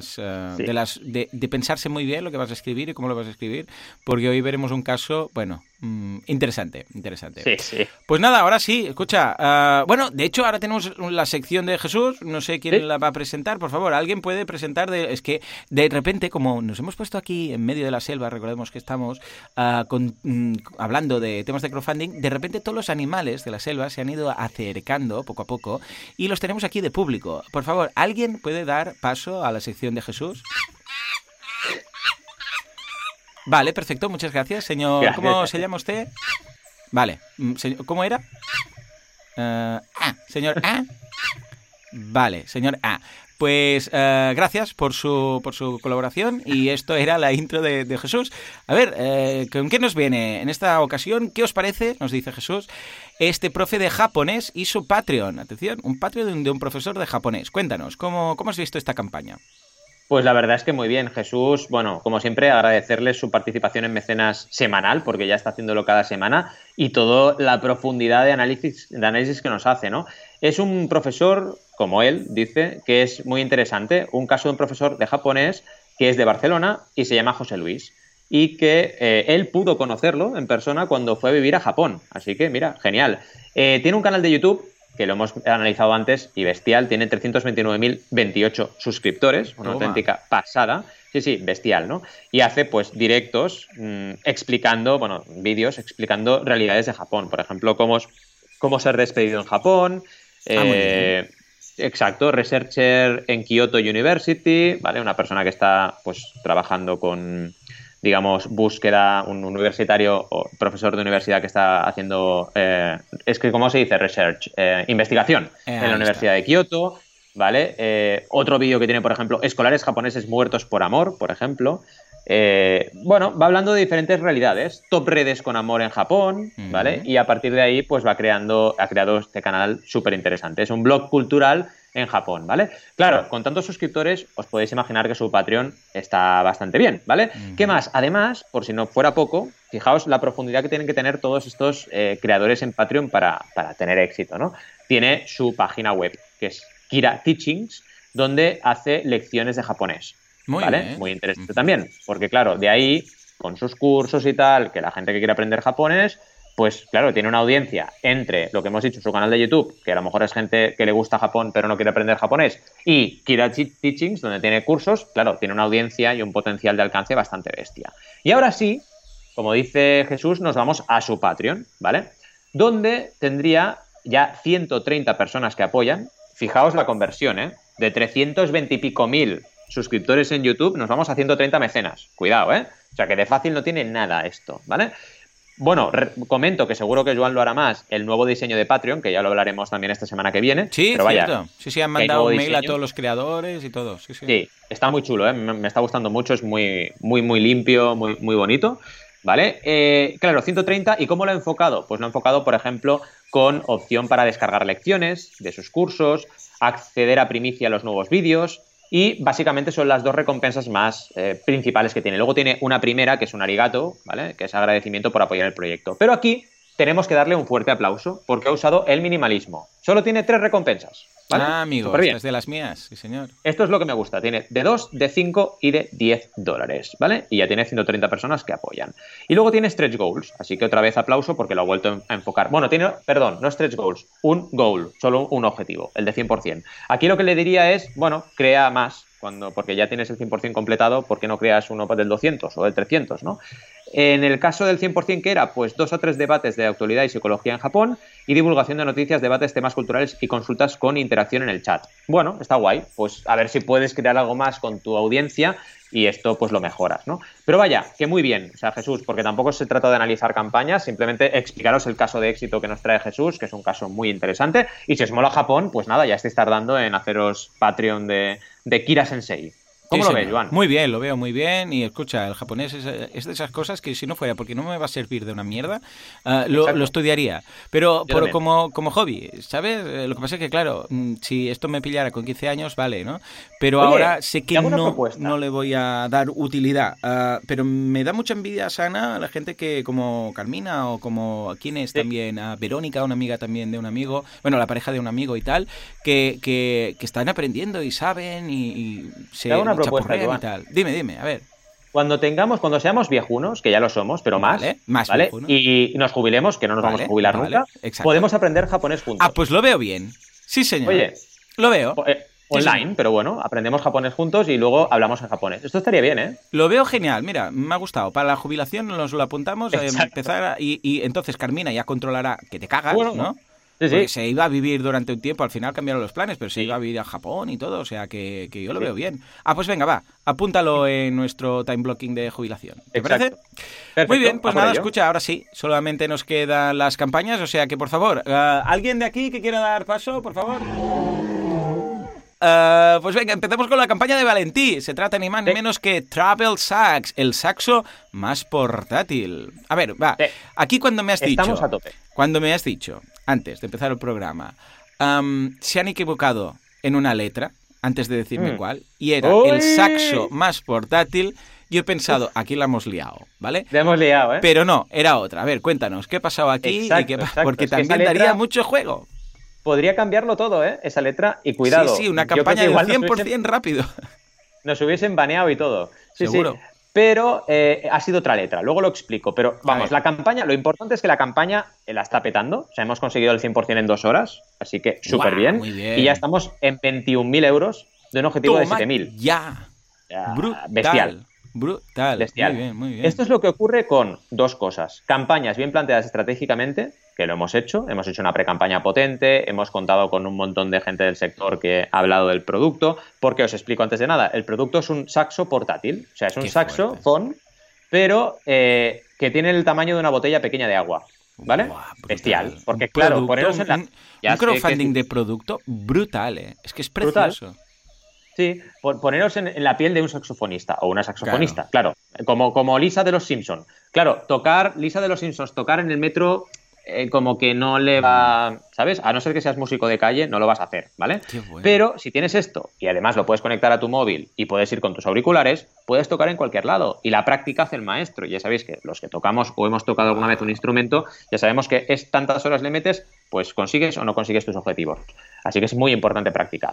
de pensarse muy bien lo que vas a escribir y cómo lo vas a escribir, porque hoy veremos un caso, bueno, interesante. Sí. Pues nada, ahora sí, escucha, bueno, de hecho ahora tenemos la sección de Jesús, no sé quién la va a presentar, por favor, alguien puede presentar, es que de repente, como nos hemos puesto aquí en medio de la selva, recordemos que estamos hablando de temas de crowdfunding, de repente todos los animales de la selva se han ido acercando poco a poco y los tenemos aquí de público. Por favor, ¿alguien puede dar paso a la sección de Jesús? Vale, perfecto, muchas gracias. Señor, gracias. ¿Cómo se llama usted? Vale, ¿cómo era? Señor A. Vale, señor A. Pues gracias por su colaboración y esto era la intro de Jesús. A ver, ¿con qué nos viene en esta ocasión? ¿Qué os parece? Nos dice Jesús, este profe de japonés y su Patreon. Atención, un Patreon de un profesor de japonés. Cuéntanos, ¿cómo has visto esta campaña? Pues la verdad es que muy bien, Jesús. Bueno, como siempre, agradecerle su participación en Mecenas semanal, porque ya está haciéndolo cada semana, y toda la profundidad de análisis que nos hace, ¿no? Es un profesor, como él dice, que es muy interesante, un caso de un profesor de japonés que es de Barcelona y se llama José Luis, y que él pudo conocerlo en persona cuando fue a vivir a Japón. Así que, mira, genial. Tiene un canal de YouTube que lo hemos analizado antes y bestial, tiene 329.028 suscriptores, una auténtica pasada. Sí, bestial, ¿no? Y hace pues directos explicando, bueno, vídeos explicando realidades de Japón, por ejemplo, cómo ser despedido en Japón, exacto, researcher en Kyoto University, ¿vale? Una persona que está pues trabajando con, digamos, búsqueda, un universitario o profesor de universidad que está haciendo, es que, ¿cómo se dice? Research, investigación en la Universidad de Kioto, ¿vale? Otro vídeo que tiene, por ejemplo, escolares japoneses muertos por amor, por ejemplo. Bueno, va hablando de diferentes realidades, top redes con amor en Japón, ¿vale? Y a partir de ahí, pues ha creado este canal súper interesante. Es un blog cultural en Japón, ¿vale? Claro, con tantos suscriptores os podéis imaginar que su Patreon está bastante bien, ¿vale? ¿Qué más? Además, por si no fuera poco, fijaos la profundidad que tienen que tener todos estos creadores en Patreon para tener éxito, ¿no? Tiene su página web, que es Kira Teachings, donde hace lecciones de japonés. Muy ¿vale? bien. Muy interesante también, porque claro, de ahí, con sus cursos y tal, que la gente que quiere aprender japonés, pues claro, tiene una audiencia entre lo que hemos dicho, su canal de YouTube, que a lo mejor es gente que le gusta Japón pero no quiere aprender japonés, y Kira Teachings, donde tiene cursos, claro, tiene una audiencia y un potencial de alcance bastante bestia. Y ahora sí, como dice Jesús, nos vamos a su Patreon, ¿vale? Donde tendría ya 130 personas que apoyan. Fijaos la conversión, ¿eh? De 320 y pico mil suscriptores en YouTube, nos vamos a 130 mecenas. Cuidado, ¿eh? O sea que de fácil no tiene nada esto, ¿vale? Bueno, comento que seguro que Joan lo hará más, el nuevo diseño de Patreon, que ya lo hablaremos también esta semana que viene. Sí, pero vaya, cierto. Sí, han mandado un mail a todos los creadores y todo. Sí, sí, está muy chulo, ¿eh? Me está gustando mucho, es muy, muy, muy limpio, muy, muy bonito, ¿vale? Claro, 130, ¿y cómo lo he enfocado? Pues lo he enfocado, por ejemplo, con opción para descargar lecciones de sus cursos, acceder a primicia a los nuevos vídeos, y básicamente son las dos recompensas más principales que tiene. Luego tiene una primera, que es un arigato, ¿vale? Que es agradecimiento por apoyar el proyecto. Pero aquí tenemos que darle un fuerte aplauso porque ha usado el minimalismo. Solo tiene 3 recompensas, ¿vale? Ah, amigo, esta es de las mías, sí señor. Esto es lo que me gusta. Tiene de 2, de 5 y de $10, ¿vale? Y ya tiene 130 personas que apoyan. Y luego tiene stretch goals, así que otra vez aplauso porque lo ha vuelto a enfocar. Bueno, no stretch goals, un goal, solo un objetivo, el de 100%. Aquí lo que le diría es, bueno, crea más, porque ya tienes el 100% completado, ¿por qué no creas uno del 200 o del 300, ¿no? En el caso del 100%, ¿qué era? Pues 2 o 3 debates de actualidad y psicología en Japón y divulgación de noticias, debates, temas culturales y consultas con interacción en el chat. Bueno, está guay. Pues a ver si puedes crear algo más con tu audiencia y esto pues lo mejoras, ¿no? Pero vaya, que muy bien, o sea, Jesús, porque tampoco se trata de analizar campañas, simplemente explicaros el caso de éxito que nos trae Jesús, que es un caso muy interesante. Y si os mola Japón, pues nada, ya estáis tardando en haceros Patreon de Kira Sensei. ¿Cómo lo ves, Joan? Muy bien, lo veo muy bien. Y escucha, el japonés es de esas cosas que si no fuera porque no me va a servir de una mierda, lo estudiaría. Pero como hobby, ¿sabes? Lo que pasa es que, claro, si esto me pillara con 15 años, vale, ¿no? Pero ahora sé que no le voy a dar utilidad. Pero me da mucha envidia sana a la gente que, como Carmina o como, ¿quién es también? Verónica, una amiga también de un amigo, bueno, la pareja de un amigo y tal, que están aprendiendo y saben y se... propuesta, y tal. Dime, a ver. Cuando seamos viejunos, que ya lo somos, pero más ¿vale? Y nos jubilemos, que no nos vamos a jubilar nunca, podemos aprender japonés juntos. Ah, pues lo veo bien. Sí, señor. Oye, lo veo. Online, pero bueno, aprendemos japonés juntos y luego hablamos en japonés. Esto estaría bien, ¿eh? Lo veo genial, mira, me ha gustado. Para la jubilación nos lo apuntamos, empezar y entonces Carmina ya controlará que te cagas, ¿no? Sí. Porque se iba a vivir durante un tiempo, al final cambiaron los planes, pero se iba a vivir a Japón y todo, o sea que yo lo veo bien. Ah, pues venga, va, apúntalo en nuestro time blocking de jubilación. ¿Te parece? Perfecto. Muy bien, pues nada, escucha, ahora sí, solamente nos quedan las campañas, o sea que por favor, ¿alguien de aquí que quiera dar paso, por favor? Pues venga, empecemos con la campaña de Valentí. Se trata ni más ni menos que Travel Sax, el saxo más portátil. A ver, va, aquí cuando me has dicho... Estamos a tope. Cuando me has dicho, antes de empezar el programa, se han equivocado en una letra, antes de decirme cuál, y era el saxo más portátil, yo he pensado, aquí la hemos liado, ¿vale? La hemos liado, ¿eh? Pero no, era otra. A ver, cuéntanos, ¿qué ha pasado aquí? Exacto. Porque también daría mucho juego. Podría cambiarlo todo, ¿eh? Esa letra, y cuidado. Sí, una campaña de 100% rápido. Nos hubiesen baneado y todo. Seguro. Sí. Pero ha sido otra letra, luego lo explico. Pero vamos, la campaña, lo importante es que la campaña la está petando. O sea, hemos conseguido el 100% en 2 horas, así que súper bien. Muy bien. Y ya estamos en 21.000 euros de un objetivo de 7.000. Ya. Bestial. Brutal. Muy bien. Esto es lo que ocurre con 2 cosas. Campañas bien planteadas estratégicamente, que lo hemos hecho una pre-campaña potente, hemos contado con un montón de gente del sector que ha hablado del producto, porque os explico antes de nada, el producto es un saxo portátil, o sea, es un saxofón, pero que tiene el tamaño de una botella pequeña de agua, ¿vale? Bestial, porque claro, poneros en un crowdfunding de producto brutal, es que es precioso. Brutal. Sí, poneros en la piel de un saxofonista o una saxofonista, claro, como Lisa de los Simpsons. Claro, Lisa de los Simpsons, tocar en el metro como que no le va, ¿sabes? A no ser que seas músico de calle, no lo vas a hacer, ¿vale? Bueno. Pero si tienes esto y además lo puedes conectar a tu móvil y puedes ir con tus auriculares, puedes tocar en cualquier lado y la práctica hace el maestro. Ya sabéis que los que tocamos o hemos tocado alguna vez un instrumento, ya sabemos que es tantas horas le metes, pues consigues o no consigues tus objetivos. Así que es muy importante practicar.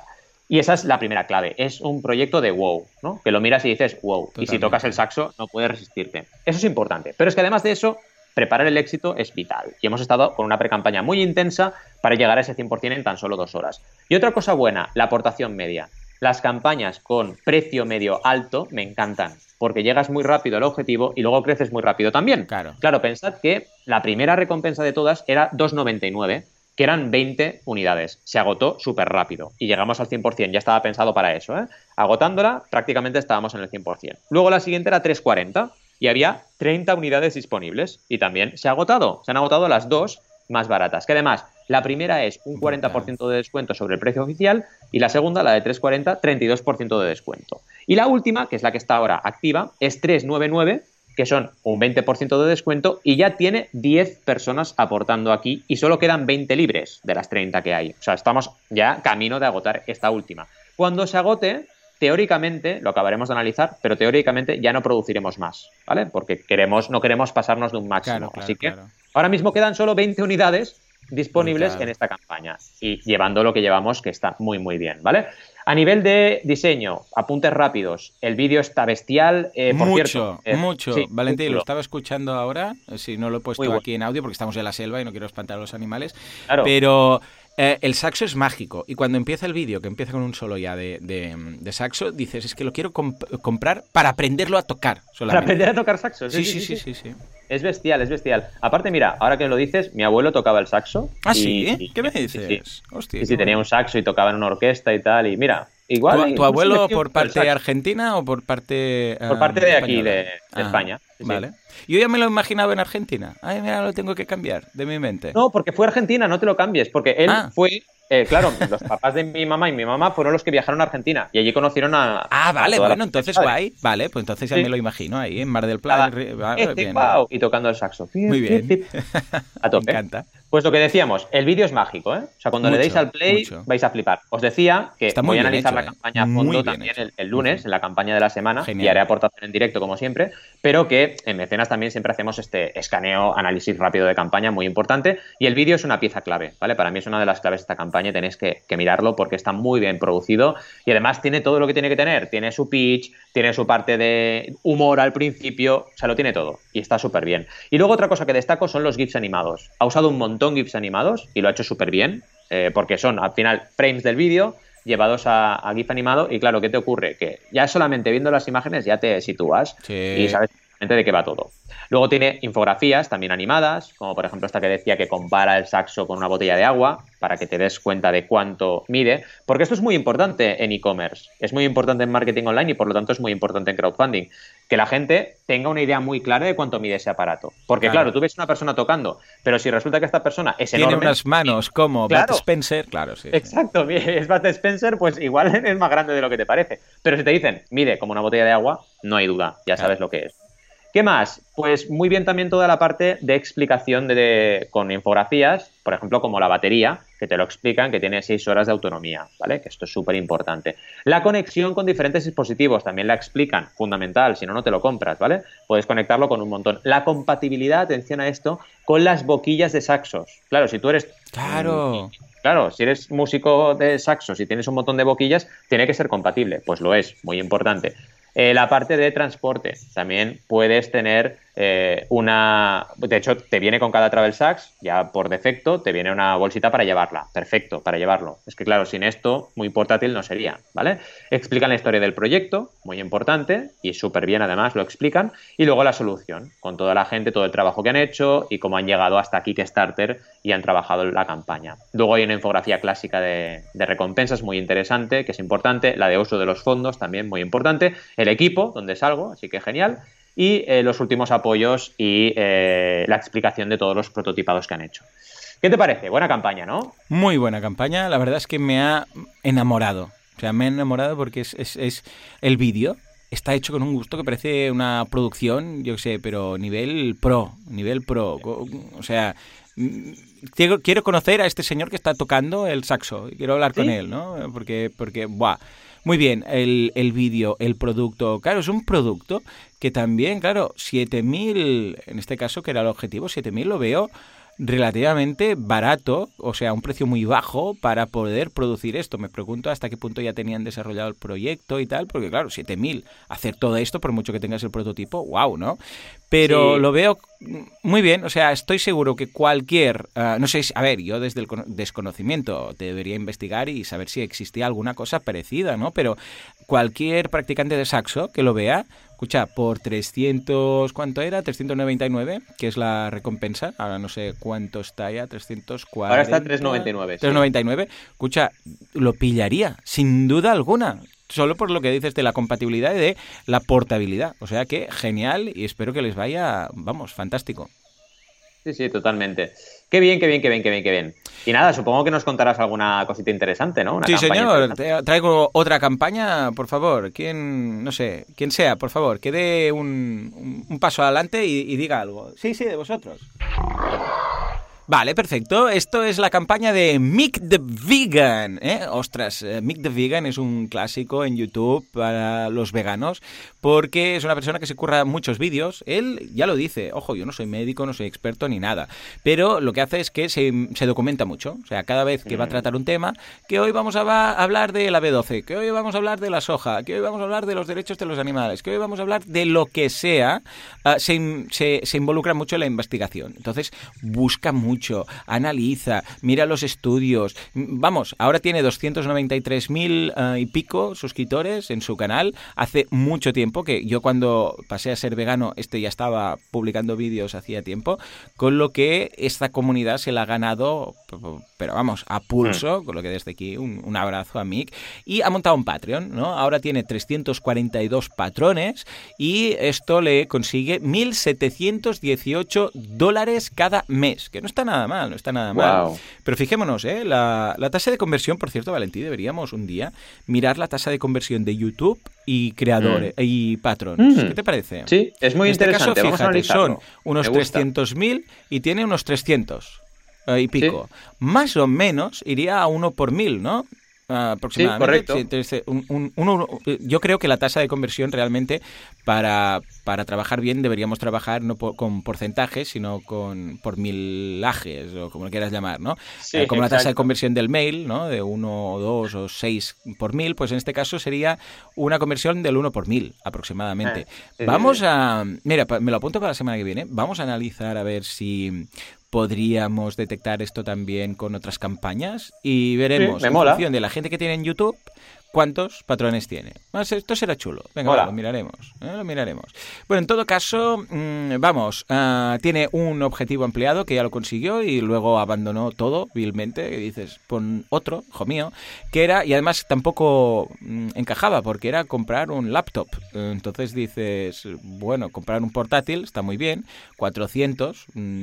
Y esa es la primera clave. Es un proyecto de wow, ¿no? Que lo miras y dices wow. Totalmente. Y si tocas el saxo, no puedes resistirte. Eso es importante. Pero es que además de eso, preparar el éxito es vital. Y hemos estado con una precampaña muy intensa para llegar a ese 100% en tan solo 2 horas. Y otra cosa buena, la aportación media. Las campañas con precio medio alto me encantan, porque llegas muy rápido al objetivo y luego creces muy rápido también. Claro, pensad que la primera recompensa de todas era 2,99, que eran 20 unidades. Se agotó súper rápido y llegamos al 100%. Ya estaba pensado para eso, ¿eh? Agotándola, prácticamente estábamos en el 100%. Luego la siguiente era 3,40 y había 30 unidades disponibles y también se ha agotado. Se han agotado las dos más baratas, que además la primera es un 40% de descuento sobre el precio oficial y la segunda, la de 3,40, 32% de descuento. Y la última, que es la que está ahora activa, es 3,99, que son un 20% de descuento y ya tiene 10 personas aportando aquí y solo quedan 20 libres de las 30 que hay. O sea, estamos ya camino de agotar esta última. Cuando se agote, teóricamente, lo acabaremos de analizar, pero teóricamente ya no produciremos más, ¿vale? Porque no queremos pasarnos de un máximo. Así que ahora mismo quedan solo 20 unidades disponibles en esta campaña y llevando lo que llevamos, que está muy, muy bien, ¿vale? A nivel de diseño, apuntes rápidos, el vídeo está bestial. Mucho. Sí, Valentín, lo estaba escuchando ahora, si no lo he puesto aquí en audio porque estamos en la selva y no quiero espantar a los animales, pero el saxo es mágico y cuando empieza el vídeo, que empieza con un solo ya de saxo, dices, es que lo quiero comprar para aprenderlo a tocar solamente. ¿Para aprender a tocar saxo? Sí. Es bestial, es bestial. Aparte, mira, ahora que lo dices, mi abuelo tocaba el saxo. ¿Ah, sí? ¿Qué me dices? Sí. Hostia, sí, tenía un saxo y tocaba en una orquesta y tal. Y mira, igual... ¿Tu abuelo por parte argentina o por parte... por parte de aquí, de España. Vale. Yo ya me lo imaginaba en Argentina. Ay, mira, lo tengo que cambiar de mi mente. No, porque fue a Argentina, no te lo cambies. Porque él fue... claro, los papás de mi mamá y mi mamá fueron los que viajaron a Argentina y allí conocieron a... vale, bueno, entonces guay. Vale, pues entonces ya me lo imagino ahí, en Mar del Plata. Wow, y tocando el saxo. Muy bien. A tope. Me encanta. Pues lo que decíamos, el vídeo es mágico, ¿eh? O sea, cuando le deis al play vais a flipar. Os decía que voy a analizar la campaña a fondo también el lunes, en la campaña de la semana, y haré aportación en directo como siempre, pero que en Mecenas también siempre hacemos este escaneo, análisis rápido de campaña, muy importante, y el vídeo es una pieza clave, ¿vale? Para mí es una de las claves de esta campaña y tenéis que mirarlo porque está muy bien producido y además tiene todo lo que tiene que tener. Tiene su pitch, tiene su parte de humor al principio, o sea, lo tiene todo y está súper bien. Y luego otra cosa que destaco son los GIFs animados. Ha usado un montón GIFs animados y lo ha hecho súper bien, porque son al final frames del vídeo llevados a GIF animado y claro, ¿qué te ocurre? Que ya solamente viendo las imágenes ya te sitúas y sabes de qué va todo. Luego tiene infografías también animadas, como por ejemplo esta que decía que compara el saxo con una botella de agua para que te des cuenta de cuánto mide, porque esto es muy importante en e-commerce, es muy importante en marketing online y por lo tanto es muy importante en crowdfunding, que la gente tenga una idea muy clara de cuánto mide ese aparato. Porque claro, tú ves una persona tocando, pero si resulta que esta persona es enorme... Tiene unas manos como Bud Spencer, claro, sí. Exacto, es Bud Spencer, pues igual es más grande de lo que te parece. Pero si te dicen, mide como una botella de agua, no hay duda, ya sabes lo que es. ¿Qué más? Pues muy bien también toda la parte de explicación con infografías, por ejemplo, como la batería, que te lo explican, que tiene 6 horas de autonomía, ¿vale? Que esto es súper importante. La conexión con diferentes dispositivos también la explican, fundamental, si no, no te lo compras, ¿vale? Puedes conectarlo con un montón. La compatibilidad, atención a esto, con las boquillas de saxos. Claro, si tú eres... Claro, si eres músico de saxos y tienes un montón de boquillas, tiene que ser compatible. Pues lo es, muy importante. La parte de transporte, también puedes tener de hecho te viene con cada travel sax, ya por defecto te viene una bolsita para llevarla, perfecto, para llevarlo. Es que claro, sin esto muy portátil no sería, ¿vale? Explican la historia del proyecto, muy importante, y súper bien además lo explican, y luego la solución, con toda la gente, todo el trabajo que han hecho y cómo han llegado hasta Kickstarter y han trabajado la campaña. Luego hay una infografía clásica de recompensas muy interesante, que es importante, la de uso de los fondos también muy importante, el equipo, donde salgo, así que genial, y los últimos apoyos y la explicación de todos los prototipados que han hecho. ¿Qué te parece? Buena campaña, ¿no? Muy buena campaña, la verdad es que me ha enamorado. O sea, me ha enamorado porque es el vídeo. Está hecho con un gusto que parece una producción, yo qué sé, pero nivel pro. O sea, quiero conocer a este señor que está tocando el saxo. Quiero hablar con él, ¿no? Porque ¡buah! Muy bien, el vídeo, el producto. Claro, es un producto que también, claro, 7.000, en este caso, que era el objetivo, 7.000 lo veo relativamente barato, o sea, un precio muy bajo para poder producir esto. Me pregunto hasta qué punto ya tenían desarrollado el proyecto y tal, porque claro, 7.000, hacer todo esto, por mucho que tengas el prototipo, wow, ¿no? Pero Sí. lo veo muy bien, o sea, estoy seguro que cualquier, no sé, a ver, yo desde el desconocimiento debería investigar y saber si existía alguna cosa parecida, ¿no? Pero cualquier practicante de saxo que lo vea, escucha, por 300, ¿cuánto era? 399, que es la recompensa, ahora no sé cuánto está ya, 340. Ahora está 3,99, sí. 399, escucha, lo pillaría, sin duda alguna. Solo por lo que dices de la compatibilidad y de la portabilidad. O sea que genial y espero que les vaya, vamos, fantástico. Sí, sí, totalmente. Qué bien, qué bien, qué bien, qué bien, qué bien. Y nada, supongo que nos contarás alguna cosita interesante, ¿no? Una Sí, campaña señor, interesante. traigo otra campaña, por favor. Quien, no sé, quien sea, por favor, que dé un paso adelante y diga algo. Sí, sí, de vosotros. Vale, perfecto. Esto es la campaña de Mick the Vegan. Ostras, Mick the Vegan es un clásico en YouTube para los veganos porque es una persona que se curra muchos vídeos. Él ya lo dice, ojo, yo no soy médico, no soy experto ni nada, pero lo que hace es que se documenta mucho. O sea, cada vez que va a tratar un tema, que hoy vamos a hablar de la B12, que hoy vamos a hablar de la soja, que hoy vamos a hablar de los derechos de los animales, que hoy vamos a hablar de lo que sea, se involucra mucho en la investigación. Entonces, busca mucho, analiza, mira los estudios. Vamos, ahora tiene 293.000 y pico suscriptores en su canal. Hace mucho tiempo que yo cuando pasé a ser vegano, ya estaba publicando vídeos hacía tiempo, con lo que esta comunidad se la ha ganado, pero vamos, a pulso, con lo que desde aquí un abrazo a Mick. Y ha montado un Patreon, ¿no? Ahora tiene 342 patrones y esto le consigue $1.718 cada mes, que no está nada mal, no está nada mal. Wow. Pero fijémonos, la tasa de conversión, por cierto, Valentí, deberíamos un día mirar la tasa de conversión de YouTube y creadores y patrons. ¿Qué te parece? Sí, es muy en este interesante. caso, Vamos a fíjate, analizarlo. son unos Me gusta. 300.000 y tiene unos 300 y pico. Sí. Más o menos iría a 1 por 1000, ¿no? Aproximadamente. Sí, correcto. Entonces, yo creo que la tasa de conversión realmente para trabajar bien deberíamos trabajar no con porcentajes, sino por milajes o como lo quieras llamar, ¿no? Sí, Como la tasa de exacto. conversión del mail, ¿no? De 1 o 2 o 6 por 1000, pues en este caso sería una conversión del 1 por 1000 aproximadamente. Sí, Vamos sí. a... Mira, me lo apunto para la semana que viene. Vamos a analizar a ver si podríamos detectar esto también con otras campañas y veremos Me en mola. función de la gente que tiene en YouTube cuántos patrones tiene. Esto será chulo. Venga, Mola. lo miraremos. Lo miraremos. Bueno, en todo caso, vamos, tiene un objetivo ampliado que ya lo consiguió y luego abandonó todo vilmente. Y dices, pon otro, hijo mío, que era, y además tampoco encajaba porque era comprar un laptop. Entonces dices, bueno, comprar un portátil está muy bien, 400,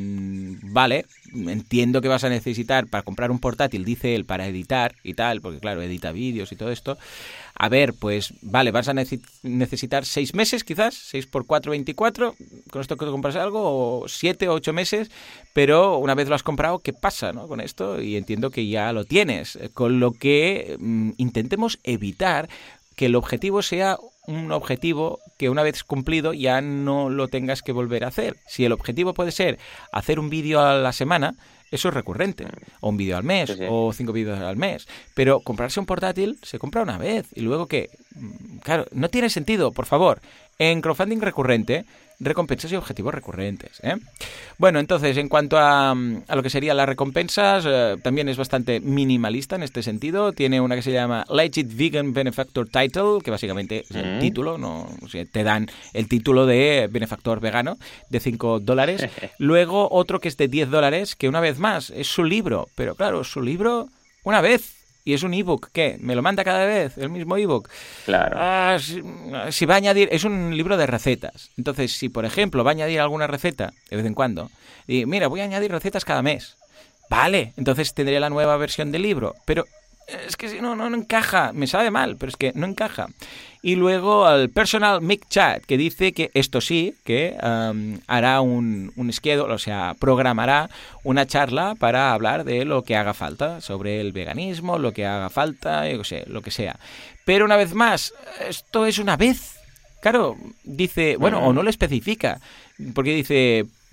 vale, entiendo que vas a necesitar para comprar un portátil, dice él, para editar y tal, porque claro, edita vídeos y todo esto. A ver, pues vale, vas a necesitar 6 meses quizás, 6 por 4, 24, con esto que compras algo, o 7 o 8 meses, pero una vez lo has comprado, ¿qué pasa, no, con esto? Y entiendo que ya lo tienes, con lo que intentemos evitar que el objetivo sea un objetivo que una vez cumplido ya no lo tengas que volver a hacer. Si el objetivo puede ser hacer un vídeo a la semana, eso es recurrente, o un vídeo al mes, Sí, sí. o 5 vídeos al mes, pero comprarse un portátil se compra una vez y luego que, claro, no tiene sentido, por favor, en crowdfunding recurrente, recompensas y objetivos recurrentes, ¿eh? Bueno, entonces, en cuanto a lo que serían las recompensas, también es bastante minimalista en este sentido. Tiene una que se llama Legit Vegan Benefactor Title, que básicamente es el título, ¿no? O sea, te dan el título de benefactor vegano de $5. Luego otro que es de $10, que una vez más es su libro, pero claro, su libro una vez. Y es un ebook, ¿qué? ¿Me lo manda cada vez? ¿El mismo ebook? Claro. Si va a añadir... Es un libro de recetas. Entonces, si por ejemplo va a añadir alguna receta de vez en cuando, y mira, voy a añadir recetas cada mes. Vale, entonces tendré la nueva versión del libro. Pero es que si no encaja. Me sabe mal, pero es que no encaja. Y luego al Personal Mic Chat, que dice que esto sí, que hará un schedule, o sea, programará una charla para hablar de lo que haga falta, sobre el veganismo, lo que haga falta, yo qué sé, lo que sea. Pero una vez más, esto es una vez. Claro, dice, bueno, o no lo especifica, porque dice,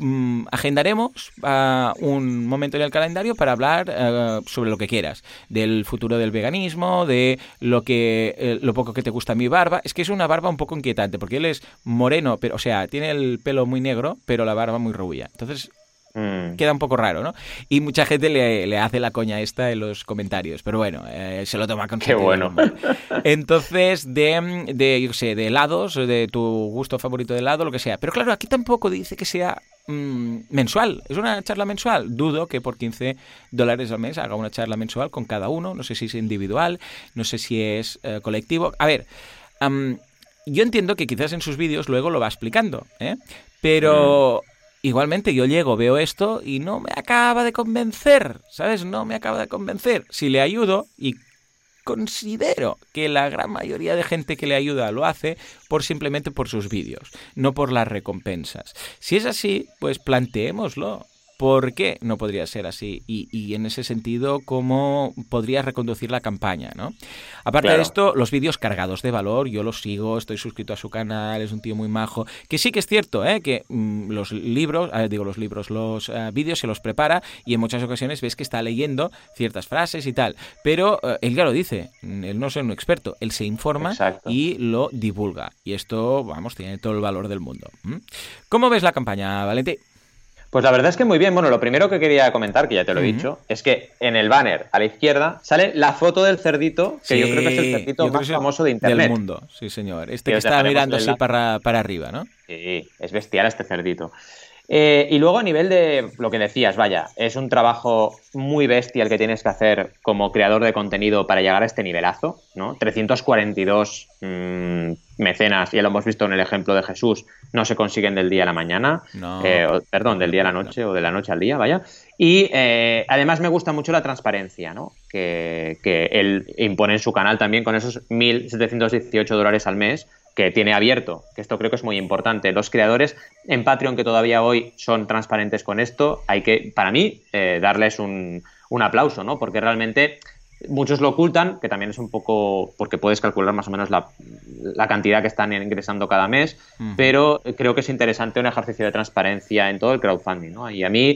agendaremos un momento en el calendario para hablar sobre lo que quieras, del futuro del veganismo, de lo poco que te gusta mi barba. Es que es una barba un poco inquietante, porque él es moreno, pero, o sea, tiene el pelo muy negro, pero la barba muy rubia. Entonces queda un poco raro, ¿no? Y mucha gente le hace la coña esta en los comentarios, pero bueno, se lo toma con Qué bueno. Entonces, yo qué sé, de helados, de tu gusto favorito de helado, lo que sea. Pero claro, aquí tampoco dice que sea mensual. Es una charla mensual. Dudo que por $15 al mes haga una charla mensual con cada uno. No sé si es individual, no sé si es colectivo. A ver, yo entiendo que quizás en sus vídeos luego lo va explicando, ¿eh? Pero igualmente yo llego, veo esto y no me acaba de convencer, ¿sabes? No me acaba de convencer. Si le ayudo, y considero que la gran mayoría de gente que le ayuda lo hace simplemente por sus vídeos, no por las recompensas. Si es así, pues planteémoslo. ¿Por qué no podría ser así? Y en ese sentido, ¿cómo podrías reconducir la campaña, ¿no? Aparte de esto, los vídeos cargados de valor, yo los sigo, estoy suscrito a su canal, es un tío muy majo. Que sí que es cierto, que los vídeos se los prepara y en muchas ocasiones ves que está leyendo ciertas frases y tal. Pero él ya lo dice, él no es un experto, él se informa. Exacto. Y lo divulga. Y esto, vamos, tiene todo el valor del mundo. ¿Cómo ves la campaña, Valentín? Pues la verdad es que muy bien. Bueno, lo primero que quería comentar, que ya te lo he dicho, es que en el banner a la izquierda sale la foto del cerdito, que yo creo que es el cerdito más famoso de Internet. Del mundo, sí señor. Que está mirando así para arriba, ¿no? Sí, es bestial este cerdito. Y luego a nivel de lo que decías, vaya, es un trabajo muy bestia el que tienes que hacer como creador de contenido para llegar a este nivelazo, ¿no? 342 mecenas, ya lo hemos visto en el ejemplo de Jesús, no se consiguen del día a la mañana, del día a la noche o de la noche al día, vaya. Y además me gusta mucho la transparencia, ¿no? Que él impone en su canal también con esos $1.718 al mes que tiene abierto, que esto creo que es muy importante. Los creadores en Patreon que todavía hoy son transparentes con esto, hay que, para mí, darles un aplauso, ¿no? Porque realmente muchos lo ocultan, que también es un poco porque puedes calcular más o menos la cantidad que están ingresando cada mes, pero creo que es interesante un ejercicio de transparencia en todo el crowdfunding, ¿no? Y a mí,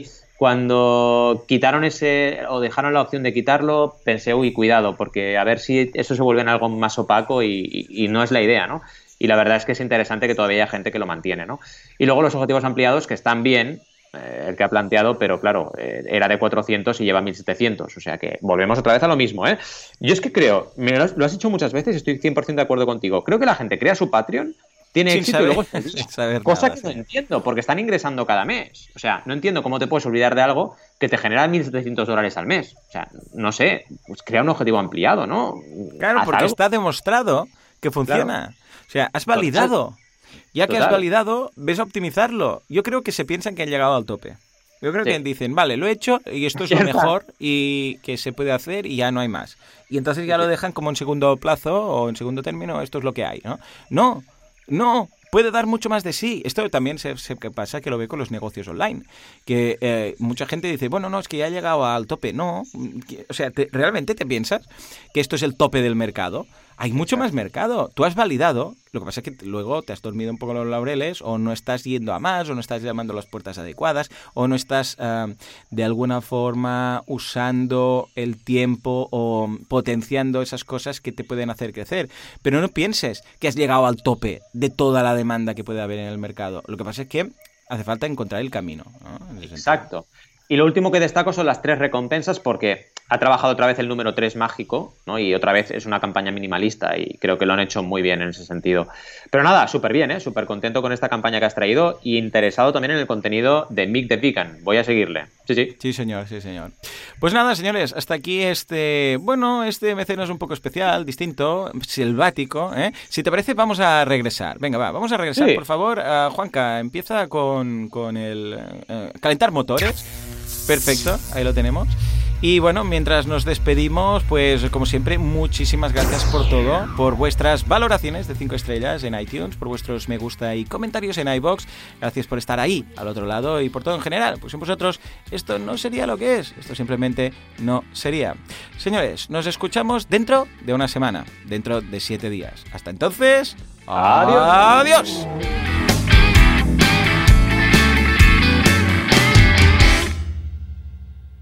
cuando quitaron o dejaron la opción de quitarlo, pensé, uy, cuidado, porque a ver si eso se vuelve en algo más opaco y no es la idea, ¿no? Y la verdad es que es interesante que todavía haya gente que lo mantiene, ¿no? Y luego los objetivos ampliados, que están bien, el que ha planteado, pero claro, era de 400 y lleva 1.700, o sea que volvemos otra vez a lo mismo, ¿eh? Yo es que creo, lo has dicho muchas veces y estoy 100% de acuerdo contigo, creo que la gente crea su Patreon, tiene éxito y luego cosa que no entiendo, porque están ingresando cada mes. O sea, no entiendo cómo te puedes olvidar de algo que te genera $1.700 al mes. O sea, no sé, pues crea un objetivo ampliado, ¿no? Claro, porque está demostrado que funciona. Claro. O sea, has validado. Ya que has validado, ves a optimizarlo. Yo creo que se piensan que han llegado al tope. Yo creo que dicen, vale, lo he hecho y esto es lo mejor y que se puede hacer y ya no hay más. Y entonces ya lo dejan como en segundo plazo o en segundo término, esto es lo que hay, ¿no? No, puede dar mucho más de sí. Esto también se pasa que lo ve con los negocios online. Que mucha gente dice, bueno, no, es que ya ha llegado al tope. No, o sea, ¿realmente te piensas que esto es el tope del mercado? Hay mucho más mercado. Tú has validado. Lo que pasa es que luego te has dormido un poco los laureles o no estás yendo a más o no estás llamando a las puertas adecuadas o no estás de alguna forma usando el tiempo o potenciando esas cosas que te pueden hacer crecer. Pero no pienses que has llegado al tope de toda la demanda que puede haber en el mercado. Lo que pasa es que hace falta encontrar el camino, ¿no? Exacto. Y lo último que destaco son las 3 recompensas porque ha trabajado otra vez el número 3 mágico, ¿no? Y otra vez es una campaña minimalista y creo que lo han hecho muy bien en ese sentido. Pero nada, súper bien, súper contento con esta campaña que has traído y interesado también en el contenido de Mick the Vegan. Voy a seguirle. Sí. Sí, señor. Pues nada, señores, hasta aquí este mecenas un poco especial, distinto, selvático, ¿eh? Si te parece, vamos a regresar. Venga, vamos a regresar, por favor. Juanca, empieza con el calentar motores. Perfecto, ahí lo tenemos. Y bueno, mientras nos despedimos, pues como siempre, muchísimas gracias por todo, por vuestras valoraciones de 5 estrellas en iTunes, por vuestros me gusta y comentarios en iVoox. Gracias por estar ahí, al otro lado, y por todo en general. Pues sin vosotros esto no sería lo que es, esto simplemente no sería. Señores, nos escuchamos dentro de una semana, dentro de 7 días. Hasta entonces, adiós.